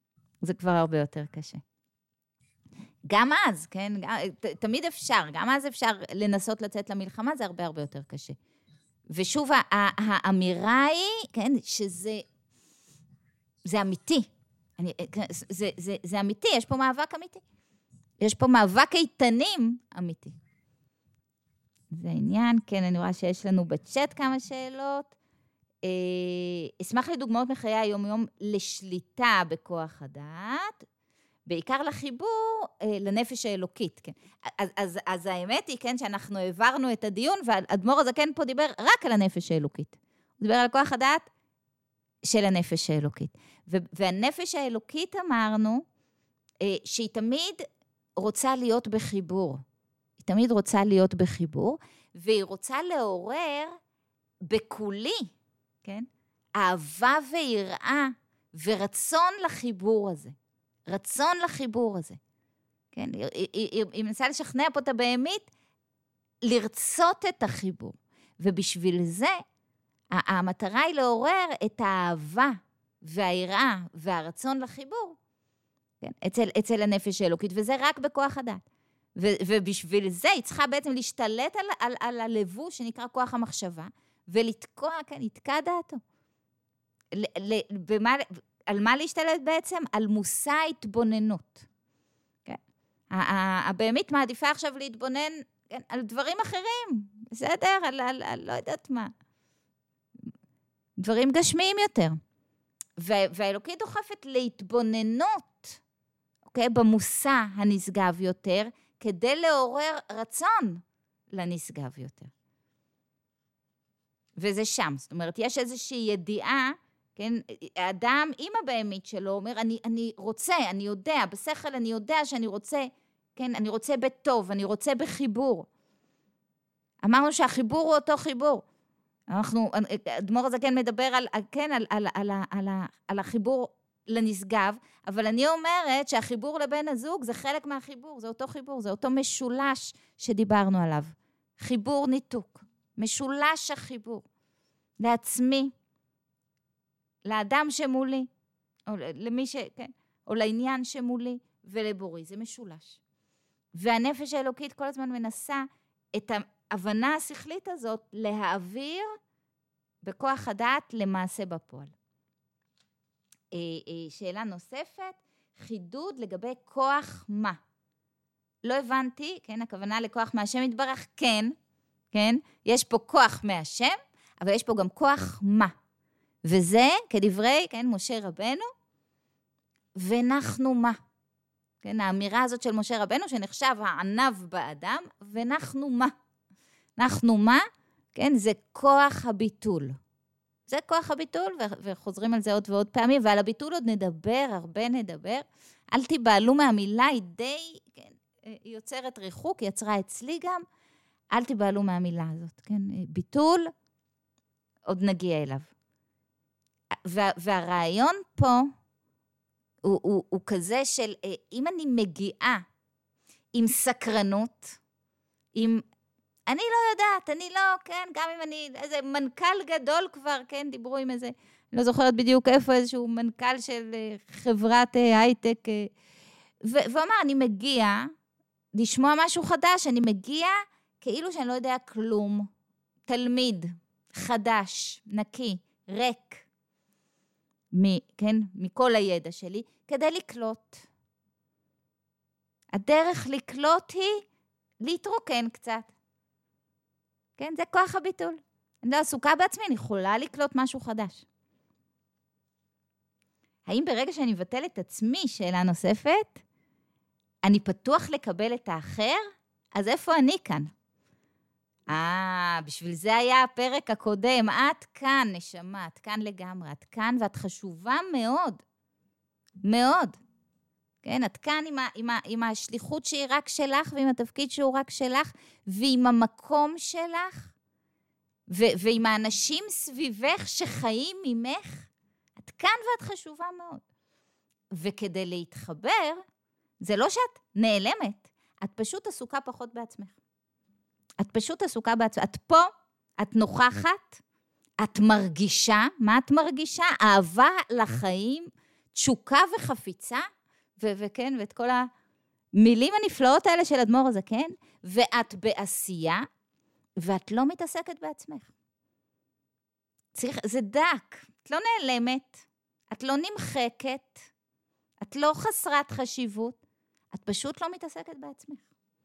זה כבר הרבה יותר קשה. גם אז, כן, ת, תמיד אפשר, גם אז אפשר לנסות לצאת למלחמה, זה הרבה הרבה יותר קשה. ושוב, האמירה היא, כן, שזה, זה אמיתי. אני, זה, זה, זה אמיתי, יש פה מאבק אמיתי. יש פה מאבק איתנים אמיתי. זה העניין, כן, אני רואה שיש לנו בצ'אט כמה שאלות. אה, אשמח לדוגמאות מחיי היום-יום לשליטה בכוח הדעת, בעיקר לחיבור אה, לנפש האלוקית, כן. אז, אז, אז האמת היא, כן, שאנחנו העברנו את הדיון, והאדמו"ר הזקן פה דיבר רק על הנפש האלוקית. הוא דיבר על כוח הדעת של הנפש האלוקית. ו- והנפש האלוקית אמרנו, אה, שהיא תמיד רוצה להיות בחיבור. היא תמיד רוצה להיות בחיבור, והיא רוצה לעורר בכולי, כן? אהבה ויראה ורצון לחיבור הזה. רצון לחיבור הזה. כן? היא, היא, היא, היא מנסה לשכנע פה את הבהמית לרצות את החיבור. ובשביל זה, המטרה היא לעורר את האהבה והיראה והרצון לחיבור, כן? אצל, אצל הנפש האלוקית, וזה רק בכוח הדעת. ו- ובשביל זה היא צריכה בעצם להשתלט על, על, על הלבוש שנקרא כוח המחשבה, ולתקוע, כן, יתקע דעתו. ל- ל- במה, על מה להשתלט בעצם? על מושא התבוננות. כן? הבהמית מעדיפה עכשיו להתבונן, כן, על דברים אחרים, בסדר? על, על, על לא יודעת מה. דברים גשמיים יותר. וה- והאלוקית דוחפת להתבוננות, אוקיי? במושא הנשגב יותר, כדי לעורר רצון לנשגב יותר. וזה שם. זאת אומרת, יש איזושהי ידיעה, כן? האדם עם הבהמית שלו אומר, אני, אני רוצה, אני יודע, בשכל אני יודע שאני רוצה, כן? אני רוצה בטוב, אני רוצה בחיבור. אמרנו שהחיבור הוא אותו חיבור. אנחנו, אדמו"ר הזקן מדבר על, כן, על, על, על, על, על החיבור לנשגב, אבל אני אומרת שהחיבור לבן הזוג זה חלק מהחיבור, זה אותו חיבור, זה אותו משולש שדיברנו עליו. חיבור ניתוק, משולש החיבור. לעצמי, לאדם שמולי, או למי ש... כן, או לעניין שמולי, ולבורי, זה משולש. והנפש האלוקית כל הזמן מנסה את ההבנה השכלית הזאת להעביר בכוח הדעת למעשה בפועל. שאלה נוספת, חידוד לגבי כוח מה. לא הבנתי, כן, הכוונה לכוח מהשם יתברך, כן, כן, יש פה כוח מהשם, אבל יש פה גם כוח מה. וזה, כדברי, כן, משה רבנו, ונחנו מה. כן, האמירה הזאת של משה רבנו, שנחשב הענב באדם, ונחנו מה. אנחנו מה, כן, זה כוח הביטול. זה כוח הביטול, וחוזרים על זה עוד ועוד פעמים, ועל הביטול עוד נדבר, הרבה נדבר. אל תיבעלו מהמילה, היא די, כן, היא יוצרת ריחוק, היא יצרה אצלי גם, אל תיבעלו מהמילה הזאת, כן, ביטול, עוד נגיע אליו. וה, והרעיון פה, הוא, הוא, הוא כזה של, אם אני מגיעה עם סקרנות, עם, אני לא יודעת, אני לא, כן, גם אם אני, איזה מנכ"ל גדול כבר, כן, דיברו עם איזה, אני לא זוכרת בדיוק איפה, איזשהו מנכ"ל של חברת הייטק, והוא אמר, אני מגיע לשמוע משהו חדש, אני מגיע כאילו שאני לא יודע כלום, תלמיד, חדש, נקי, ריק, מ, כן, מכל הידע שלי, כדי לקלוט. הדרך לקלוט היא להתרוקן קצת. כן, זה כוח הביטול. אני לא עסוקה בעצמי, אני יכולה לקלוט משהו חדש. האם ברגע שאני מבטל את עצמי, שאלה נוספת, אני פתוח לקבל את האחר? אז איפה אני כאן? אה, בשביל זה היה הפרק הקודם. את כאן, נשמה, את כאן לגמרי, את כאן, ואת חשובה מאוד. מאוד. כן, את כאן עם, ה, עם, ה, עם השליחות שהיא רק שלך, ועם התפקיד שהוא רק שלך, ועם המקום שלך, ו, ועם האנשים סביבך שחיים ממך. את כאן ואת חשובה מאוד. וכדי להתחבר, זה לא שאת נעלמת, את פשוט עסוקה פחות בעצמך. את פשוט עסוקה בעצמך. את פה, את נוכחת, את מרגישה, מה את מרגישה? אהבה לחיים, תשוקה וחפיצה, ו- וכן, ואת כל המילים הנפלאות האלה של אדמו"ר הזקן, ואת בעשייה, ואת לא מתעסקת בעצמך. צריך, זה דק, את לא נעלמת, את לא נמחקת, את לא חסרת חשיבות, את פשוט לא מתעסקת בעצמך.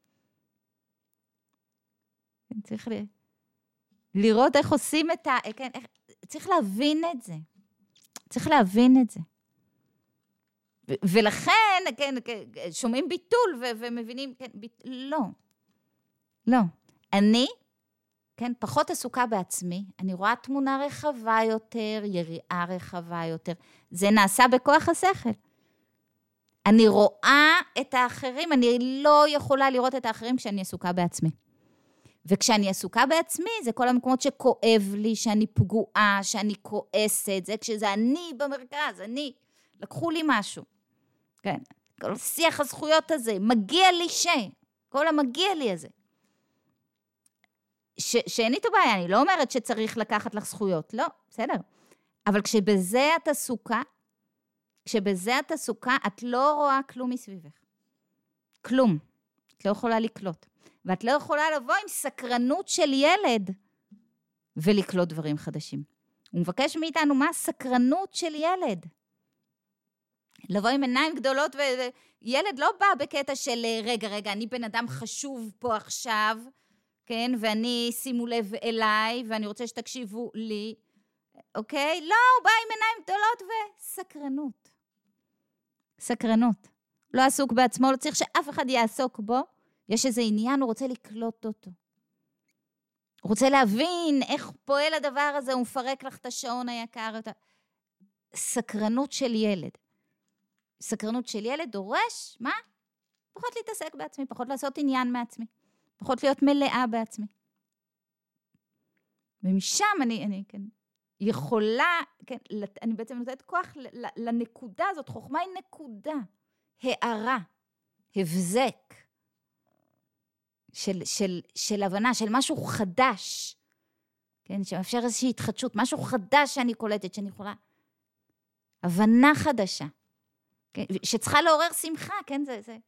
צריך ל... לראות איך עושים את ה... כן, איך... צריך להבין את זה. צריך להבין את זה. ו- ולכן, כן, שומעים ביטול ו- ומבינים, כן, ביט... לא. לא. אני, כן, פחות עסוקה בעצמי, אני רואה תמונה רחבה יותר, יריעה רחבה יותר. זה נעשה בכוח השכל. אני רואה את האחרים, אני לא יכולה לראות את האחרים כשאני עסוקה בעצמי. וכשאני עסוקה בעצמי, זה כל המקומות שכואב לי, שאני פגועה, שאני כועסת, זה כשזה אני במרכז, אני, לקחו לי משהו. כן, כל שיח הזכויות הזה, מגיע לי ש, כל המגיע לי הזה. ש, שאין איתו בעיה, אני לא אומרת שצריך לקחת לך זכויות, לא, בסדר. אבל כשבזה את עסוקה, כשבזה את עסוקה, את לא רואה כלום מסביבך. כלום. את לא יכולה לקלוט. ואת לא יכולה לבוא עם סקרנות של ילד ולקלוט דברים חדשים. הוא מבקש מאיתנו מה הסקרנות של ילד. לבוא עם עיניים גדולות, וילד לא בא בקטע של רגע, רגע, אני בן אדם חשוב פה עכשיו, כן, ואני שימו לב אליי, ואני רוצה שתקשיבו לי, אוקיי? לא, הוא בא עם עיניים גדולות וסקרנות. סקרנות. לא עסוק בעצמו, לא צריך שאף אחד יעסוק בו, יש איזה עניין, הוא רוצה לקלוט אותו. הוא רוצה להבין איך פועל הדבר הזה, הוא מפרק לך את השעון היקר. את ה... סקרנות של ילד. סקרנות של ילד דורש, מה? פחות להתעסק בעצמי, פחות לעשות עניין מעצמי, פחות להיות מלאה בעצמי. ומשם אני, אני כן, יכולה, כן, אני בעצם נותנת כוח לנקודה הזאת, חוכמה היא נקודה, הערה, הבזק, של, של, של הבנה, של משהו חדש, כן, שמאפשר איזושהי התחדשות, משהו חדש שאני קולטת, שאני יכולה, הבנה חדשה, כן, שצריכה לעורר שמחה, כן, זה, זה.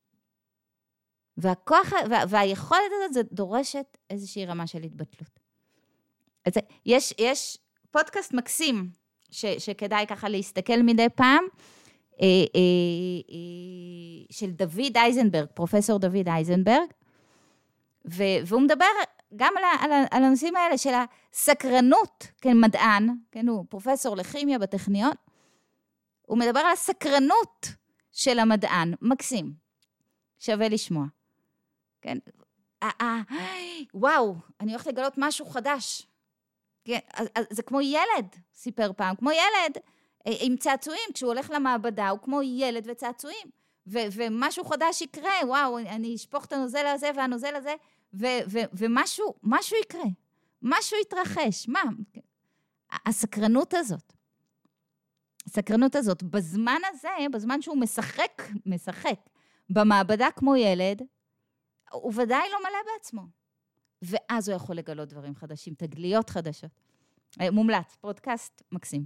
והכוח, וה, והיכולת הזאת, זה דורשת איזושהי רמה של התבטלות. אז יש, יש פודקאסט מקסים, ש, שכדאי ככה להסתכל מדי פעם, אה, אה, אה, של דוד אייזנברג, פרופסור דוד אייזנברג, והוא מדבר גם על, על, על הנושאים האלה של הסקרנות, כן, מדען, כן, הוא פרופסור לכימיה בטכניון, הוא מדבר על הסקרנות של המדען, מקסים, שווה לשמוע. כן, אה, אה, וואו, אני הולכת לגלות משהו חדש. כן, אז, אז, זה כמו ילד, סיפר פעם, כמו ילד עם צעצועים, כשהוא הולך למעבדה, הוא כמו ילד וצעצועים. ו- ומשהו חדש יקרה, וואו, אני אשפוך את הנוזל הזה והנוזל הזה, ו- ו- ומשהו, משהו יקרה, משהו יתרחש, מה? הסקרנות הזאת, הסקרנות הזאת, בזמן הזה, בזמן שהוא משחק, משחק, במעבדה כמו ילד, הוא ודאי לא מלא בעצמו, ואז הוא יכול לגלות דברים חדשים, תגליות חדשות. מומלץ, פודקאסט מקסים.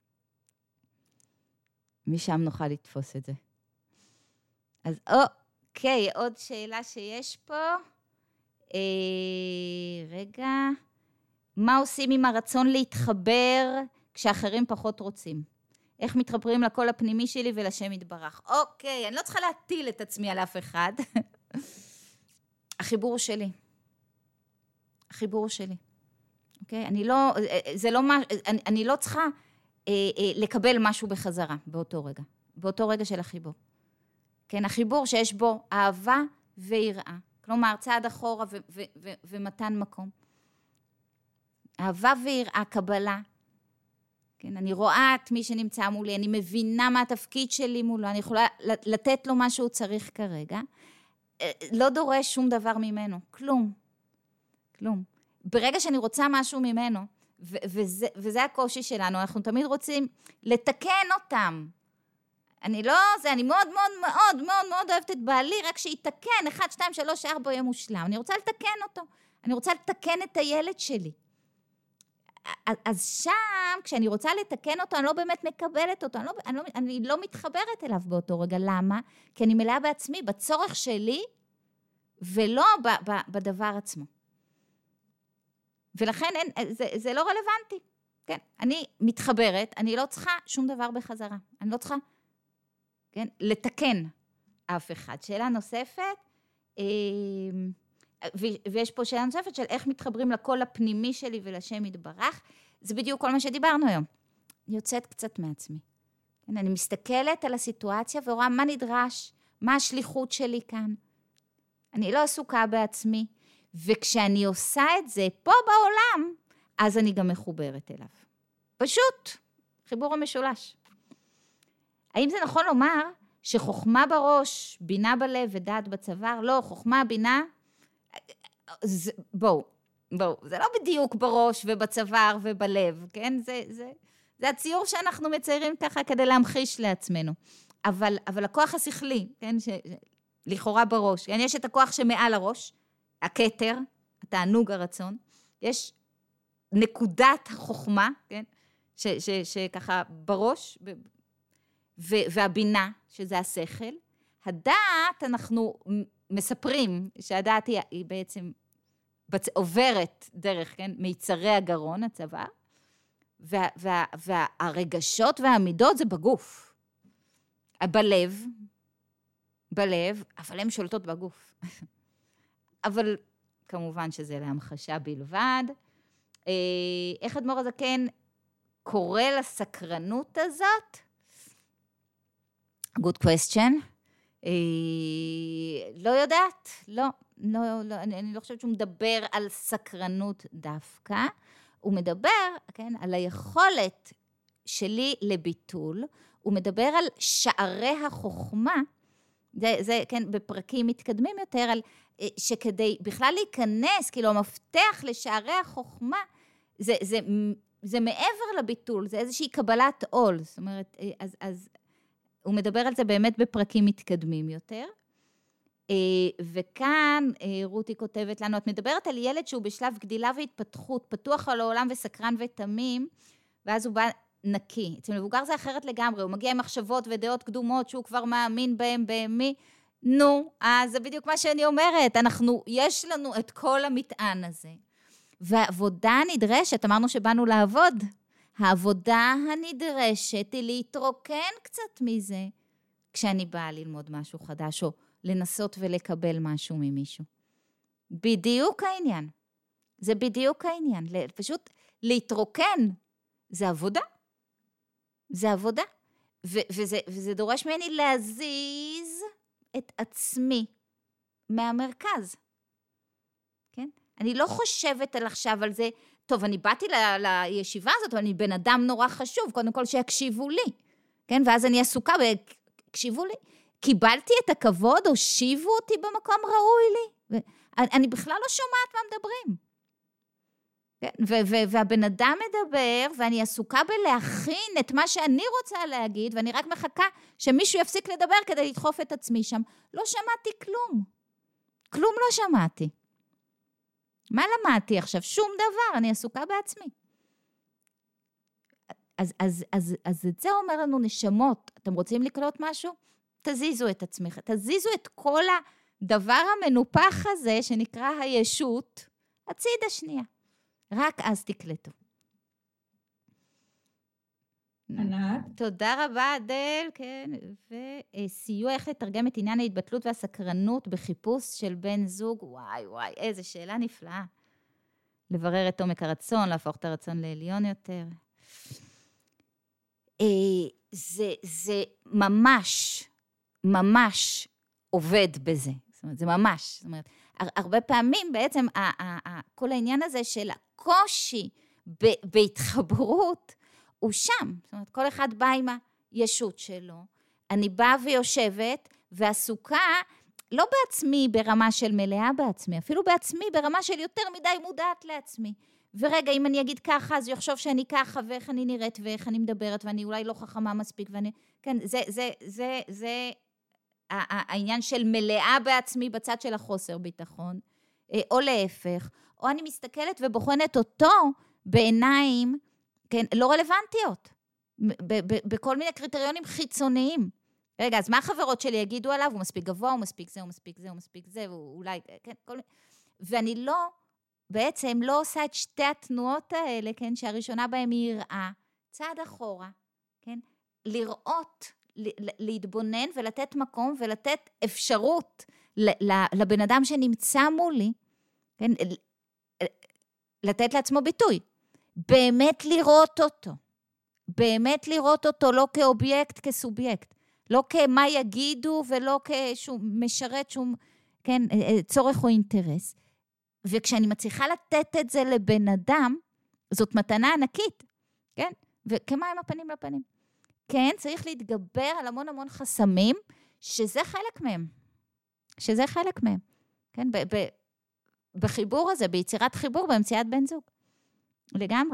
משם נוכל לתפוס את זה. אז אוקיי, עוד שאלה שיש פה. אה, רגע. מה עושים עם הרצון להתחבר כשאחרים פחות רוצים? איך מתחברים לקול הפנימי שלי ולשם יתברך? אוקיי, אני לא צריכה להטיל את עצמי על אף אחד. החיבור שלי. החיבור שלי. אוקיי? אני לא, זה לא מה, אני, אני לא צריכה אה, אה, לקבל משהו בחזרה באותו רגע. באותו רגע של החיבור. כן, החיבור שיש בו אהבה ויראה. כלומר, צעד אחורה ו- ו- ו- ומתן מקום. אהבה ויראה, קבלה. כן, אני רואה את מי שנמצא מולי, אני מבינה מה התפקיד שלי מולו, אני יכולה לתת לו מה שהוא צריך כרגע. לא דורש שום דבר ממנו, כלום. כלום. ברגע שאני רוצה משהו ממנו, ו- וזה, וזה הקושי שלנו, אנחנו תמיד רוצים לתקן אותם. אני לא, זה, אני מאוד מאוד מאוד מאוד מאוד אוהבת את בעלי, רק שיתקן, אחד, שתיים, שלוש, ארבע, יהיה מושלם. אני רוצה לתקן אותו. אני רוצה לתקן את הילד שלי. אז שם, כשאני רוצה לתקן אותו, אני לא באמת מקבלת אותו, אני לא, אני לא, אני לא מתחברת אליו באותו רגע. למה? כי אני מלאה בעצמי, בצורך שלי, ולא ב, ב, בדבר עצמו. ולכן אין, זה, זה לא רלוונטי. כן? אני מתחברת, אני לא צריכה שום דבר בחזרה. אני לא צריכה, כן? לתקן אף אחד. שאלה נוספת, ויש פה שאלה נוספת של איך מתחברים לקול הפנימי שלי ולשם יתברך. זה בדיוק כל מה שדיברנו היום. אני יוצאת קצת מעצמי. כן? אני מסתכלת על הסיטואציה ורואה מה נדרש, מה השליחות שלי כאן. אני לא עסוקה בעצמי, וכשאני עושה את זה פה בעולם, אז אני גם מחוברת אליו. פשוט, חיבור המשולש. האם זה נכון לומר שחוכמה בראש, בינה בלב ודעת בצוואר? לא, חוכמה, בינה, זה, בואו, בואו, זה לא בדיוק בראש ובצוואר ובלב, כן? זה, זה, זה הציור שאנחנו מציירים ככה כדי להמחיש לעצמנו. אבל, אבל הכוח השכלי, כן? ש, לכאורה בראש, כן? יש את הכוח שמעל הראש, הכתר, התענוג הרצון, יש נקודת החוכמה, כן? ש, ש, שככה בראש, ו, והבינה, שזה השכל. הדעת, אנחנו מספרים שהדעת היא, היא בעצם בצ... עוברת דרך, כן? מיצרי הגרון, הצוואר, וה, וה, והרגשות והעמידות זה בגוף. בלב, בלב, אבל הן שולטות בגוף. אבל כמובן שזה להמחשה בלבד. איך אדמו"ר הזקן קורא לסקרנות הזאת? Good question. לא יודעת, לא, לא, לא, אני, אני לא חושבת שהוא מדבר על סקרנות דווקא, הוא מדבר, כן, על היכולת שלי לביטול, הוא מדבר על שערי החוכמה, זה, זה, כן, בפרקים מתקדמים יותר, על, שכדי בכלל להיכנס, כאילו המפתח לשערי החוכמה, זה, זה, זה מעבר לביטול, זה איזושהי קבלת עול, זאת אומרת, אז, אז הוא מדבר על זה באמת בפרקים מתקדמים יותר, וכאן רותי כותבת לנו, את מדברת על ילד שהוא בשלב גדילה והתפתחות, פתוח על העולם וסקרן ותמים, ואז הוא בא נקי. אצל מבוגר זה אחרת לגמרי, הוא מגיע עם מחשבות ודעות קדומות שהוא כבר מאמין בהם במי, נו, אז זה בדיוק מה שאני אומרת, אנחנו, יש לנו את כל המטען הזה. והעבודה הנדרשת, אמרנו שבאנו לעבוד, העבודה הנדרשת היא להתרוקן קצת מזה, כשאני באה ללמוד משהו חדש, או לנסות ולקבל משהו ממישהו. בדיוק העניין. זה בדיוק העניין. פשוט להתרוקן, זה עבודה. זה עבודה. ו- וזה, וזה דורש ממני להזיז את עצמי מהמרכז. כן? אני לא חושבת על עכשיו על זה, טוב, אני באתי ל- לישיבה הזאת, אבל אני בן אדם נורא חשוב, קודם כל שיקשיבו לי. כן? ואז אני עסוקה ויקשיבו לי. קיבלתי את הכבוד, הושיבו אותי במקום ראוי לי. אני בכלל לא שומעת מה מדברים. ו- ו- והבן אדם מדבר, ואני עסוקה בלהכין את מה שאני רוצה להגיד, ואני רק מחכה שמישהו יפסיק לדבר כדי לדחוף את עצמי שם. לא שמעתי כלום. כלום לא שמעתי. מה למדתי עכשיו? שום דבר, אני עסוקה בעצמי. אז, אז, אז, אז את זה אומר לנו נשמות, אתם רוצים לקלוט משהו? תזיזו את עצמך, תזיזו את כל הדבר המנופח הזה, שנקרא הישות, הצידה שנייה. רק אז תקלטו. ענת. תודה רבה, אדל, כן, וסיוע איך לתרגם את עניין ההתבטלות והסקרנות בחיפוש של בן זוג, וואי וואי, איזה שאלה נפלאה. לברר את עומק הרצון, להפוך את הרצון לעליון יותר. זה, זה ממש, ממש עובד בזה. זאת אומרת, זה ממש, זאת אומרת, הרבה פעמים בעצם כל העניין הזה של הקושי בהתחברות הוא שם. זאת אומרת, כל אחד בא עם הישות שלו, אני באה ויושבת ועסוקה, לא בעצמי ברמה של מלאה בעצמי, אפילו בעצמי ברמה של יותר מדי מודעת לעצמי. ורגע, אם אני אגיד ככה, אז יחשוב שאני ככה, ואיך אני נראית, ואיך אני מדברת, ואני אולי לא חכמה מספיק, ואני, כן, זה, זה, זה, זה, העניין של מלאה בעצמי בצד של החוסר ביטחון, או להפך, או אני מסתכלת ובוחנת אותו בעיניים, כן, לא רלוונטיות, ב- ב- בכל מיני קריטריונים חיצוניים. רגע, אז מה החברות שלי יגידו עליו? הוא מספיק גבוה, הוא מספיק זה, הוא מספיק זה, הוא מספיק זה, הוא אולי, כן, כל מיני... ואני לא, בעצם לא עושה את שתי התנועות האלה, כן, שהראשונה בהם היא יראה, צעד אחורה, כן, לראות, להתבונן ולתת מקום ולתת אפשרות לבן אדם שנמצא מולי, כן, לתת לעצמו ביטוי, באמת לראות אותו, באמת לראות אותו לא כאובייקט, כסובייקט, לא כמה יגידו ולא כשום משרת שום, כן, צורך או אינטרס. וכשאני מצליחה לתת את זה לבן אדם, זאת מתנה ענקית, כן? וכמה עם הפנים לפנים. כן, צריך להתגבר על המון המון חסמים, שזה חלק מהם. שזה חלק מהם. כן, ב- ב- בחיבור הזה, ביצירת חיבור, באמצעות בן זוג. לגמרי.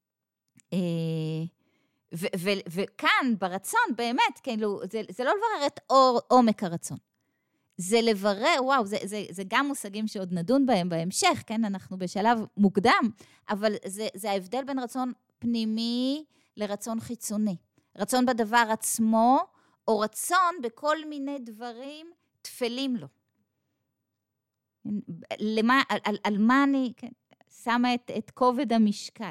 ו- ו- וכאן, ברצון, באמת, כאילו, זה, זה לא לברר את אור, עומק הרצון. זה לברר, וואו, זה, זה, זה גם מושגים שעוד נדון בהם בהמשך, כן? אנחנו בשלב מוקדם, אבל זה, זה ההבדל בין רצון פנימי לרצון חיצוני. רצון בדבר עצמו, או רצון בכל מיני דברים תפלים לו. למה, על, על, על מה אני, כן, שמה את, את כובד המשקל.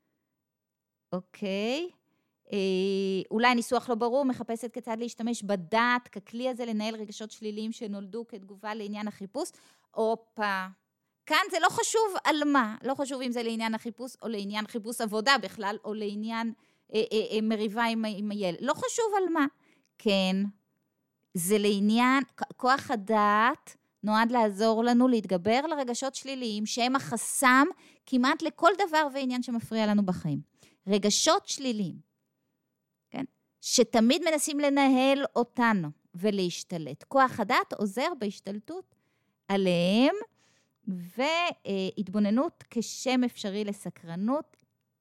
אוקיי? אה, אולי ניסוח לא ברור, מחפשת כיצד להשתמש בדעת, ככלי הזה לנהל רגשות שליליים שנולדו כתגובה לעניין החיפוש. אופה, כאן זה לא חשוב על מה, לא חשוב אם זה לעניין החיפוש, או לעניין חיפוש עבודה בכלל, או לעניין אה, אה, אה, מריבה עם, עם הילד. לא חשוב על מה. כן, זה לעניין, כוח הדעת נועד לעזור לנו להתגבר לרגשות שליליים, שהם החסם כמעט לכל דבר ועניין שמפריע לנו בחיים. רגשות שליליים, כן? שתמיד מנסים לנהל אותנו ולהשתלט. כוח הדעת עוזר בהשתלטות עליהם, והתבוננות כשם אפשרי לסקרנות,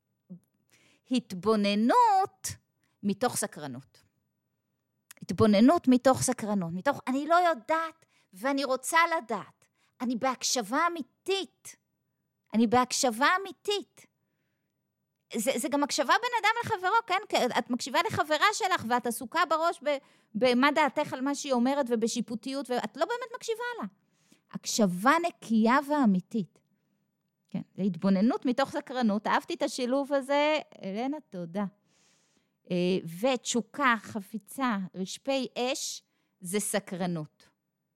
התבוננות מתוך סקרנות. התבוננות מתוך סקרנות, מתוך אני לא יודעת ואני רוצה לדעת. אני בהקשבה אמיתית. אני בהקשבה אמיתית. זה, זה גם הקשבה בין אדם לחברו, כן? את מקשיבה לחברה שלך ואת עסוקה בראש במה דעתך על מה שהיא אומרת ובשיפוטיות, ואת לא באמת מקשיבה לה. הקשבה נקייה ואמיתית. כן, זה התבוננות מתוך סקרנות. אהבתי את השילוב הזה, אלנה, תודה. ותשוקה, חפיצה, רשפי אש, זה סקרנות.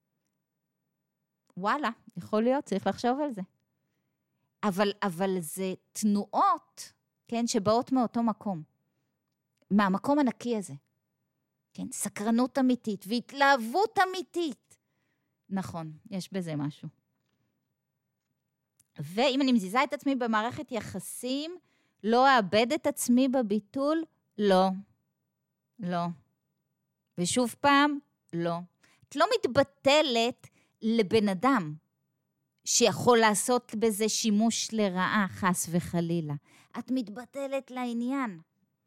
וואלה, יכול להיות, צריך לחשוב על זה. אבל, אבל זה תנועות, כן, שבאות מאותו מקום. מהמקום הנקי הזה. כן, סקרנות אמיתית והתלהבות אמיתית. נכון, יש בזה משהו. ואם אני מזיזה את עצמי במערכת יחסים, לא אאבד את עצמי בביטול, לא. לא. ושוב פעם, לא. את לא מתבטלת לבן אדם שיכול לעשות בזה שימוש לרעה, חס וחלילה. את מתבטלת לעניין.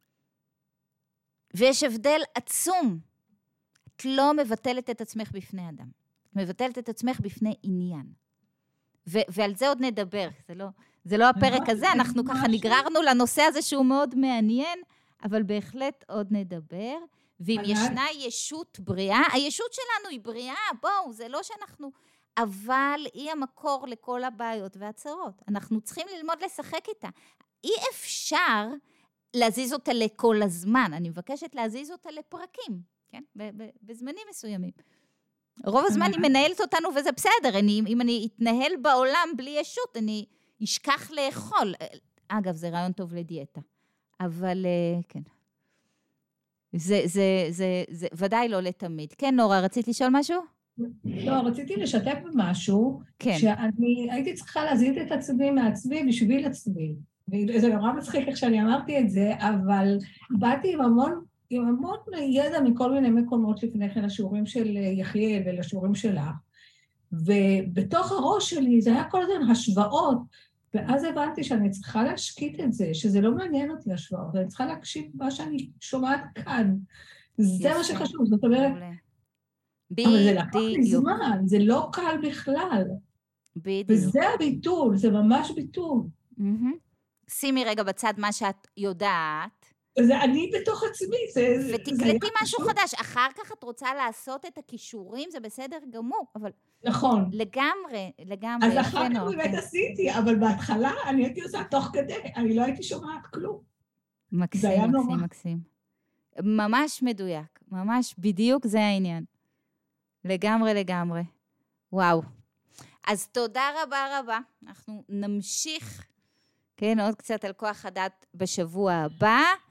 ויש הבדל עצום. את לא מבטלת את עצמך בפני אדם. את מבטלת את עצמך בפני עניין. ו- ועל זה עוד נדבר. זה לא, זה לא הפרק הזה, אנחנו ככה נגררנו לנושא הזה שהוא מאוד מעניין, אבל בהחלט עוד נדבר. ואם ישנה ישות בריאה, הישות שלנו היא בריאה, בואו, זה לא שאנחנו... אבל היא המקור לכל הבעיות והצרות. אנחנו צריכים ללמוד לשחק איתה. אי אפשר להזיז אותה לכל הזמן. אני מבקשת להזיז אותה לפרקים, כן? בזמנים מסוימים. רוב הזמן היא מנהלת אותנו, וזה בסדר. אני, אם אני אתנהל בעולם בלי ישות, אני אשכח לאכול. אגב, זה רעיון טוב לדיאטה. אבל כן. זה, זה, זה, זה ודאי לא לתמיד. כן, נורה, רצית לשאול משהו? לא, רציתי לשתף במשהו, כן. שאני הייתי צריכה להזיז את עצמי מעצמי בשביל עצמי. וזה נורא מצחיק איך שאני אמרתי את זה, אבל באתי עם המון, עם המון ידע מכל מיני מקומות לפני כן, לשיעורים של יחיאל ולשיעורים שלך, ובתוך הראש שלי זה היה כל הזמן השוואות, ואז הבנתי שאני צריכה להשקיט את זה, שזה לא מעניין אותי השוואות, אני צריכה להקשיב מה שאני שומעת כאן. זה מה שחשוב, זאת אומרת, אבל זה לקח לי זמן, זה לא קל בכלל. בדיוק. וזה הביטול, זה ממש ביטול. שימי רגע בצד מה שאת יודעת. זה אני בתוך עצמי, זה... ותקלטי משהו חדש. אחר כך את רוצה לעשות את הכישורים, זה בסדר גמור, אבל... נכון. לגמרי, לגמרי. אז אחר כך באמת עשיתי, אבל בהתחלה אני הייתי עושה תוך כדי, אני לא הייתי שומעת כלום. מקסים, מקסים, מקסים. ממש מדויק, ממש בדיוק זה העניין. לגמרי, לגמרי. וואו. אז תודה רבה רבה. אנחנו נמשיך, כן, עוד קצת על כוח הדת בשבוע הבא.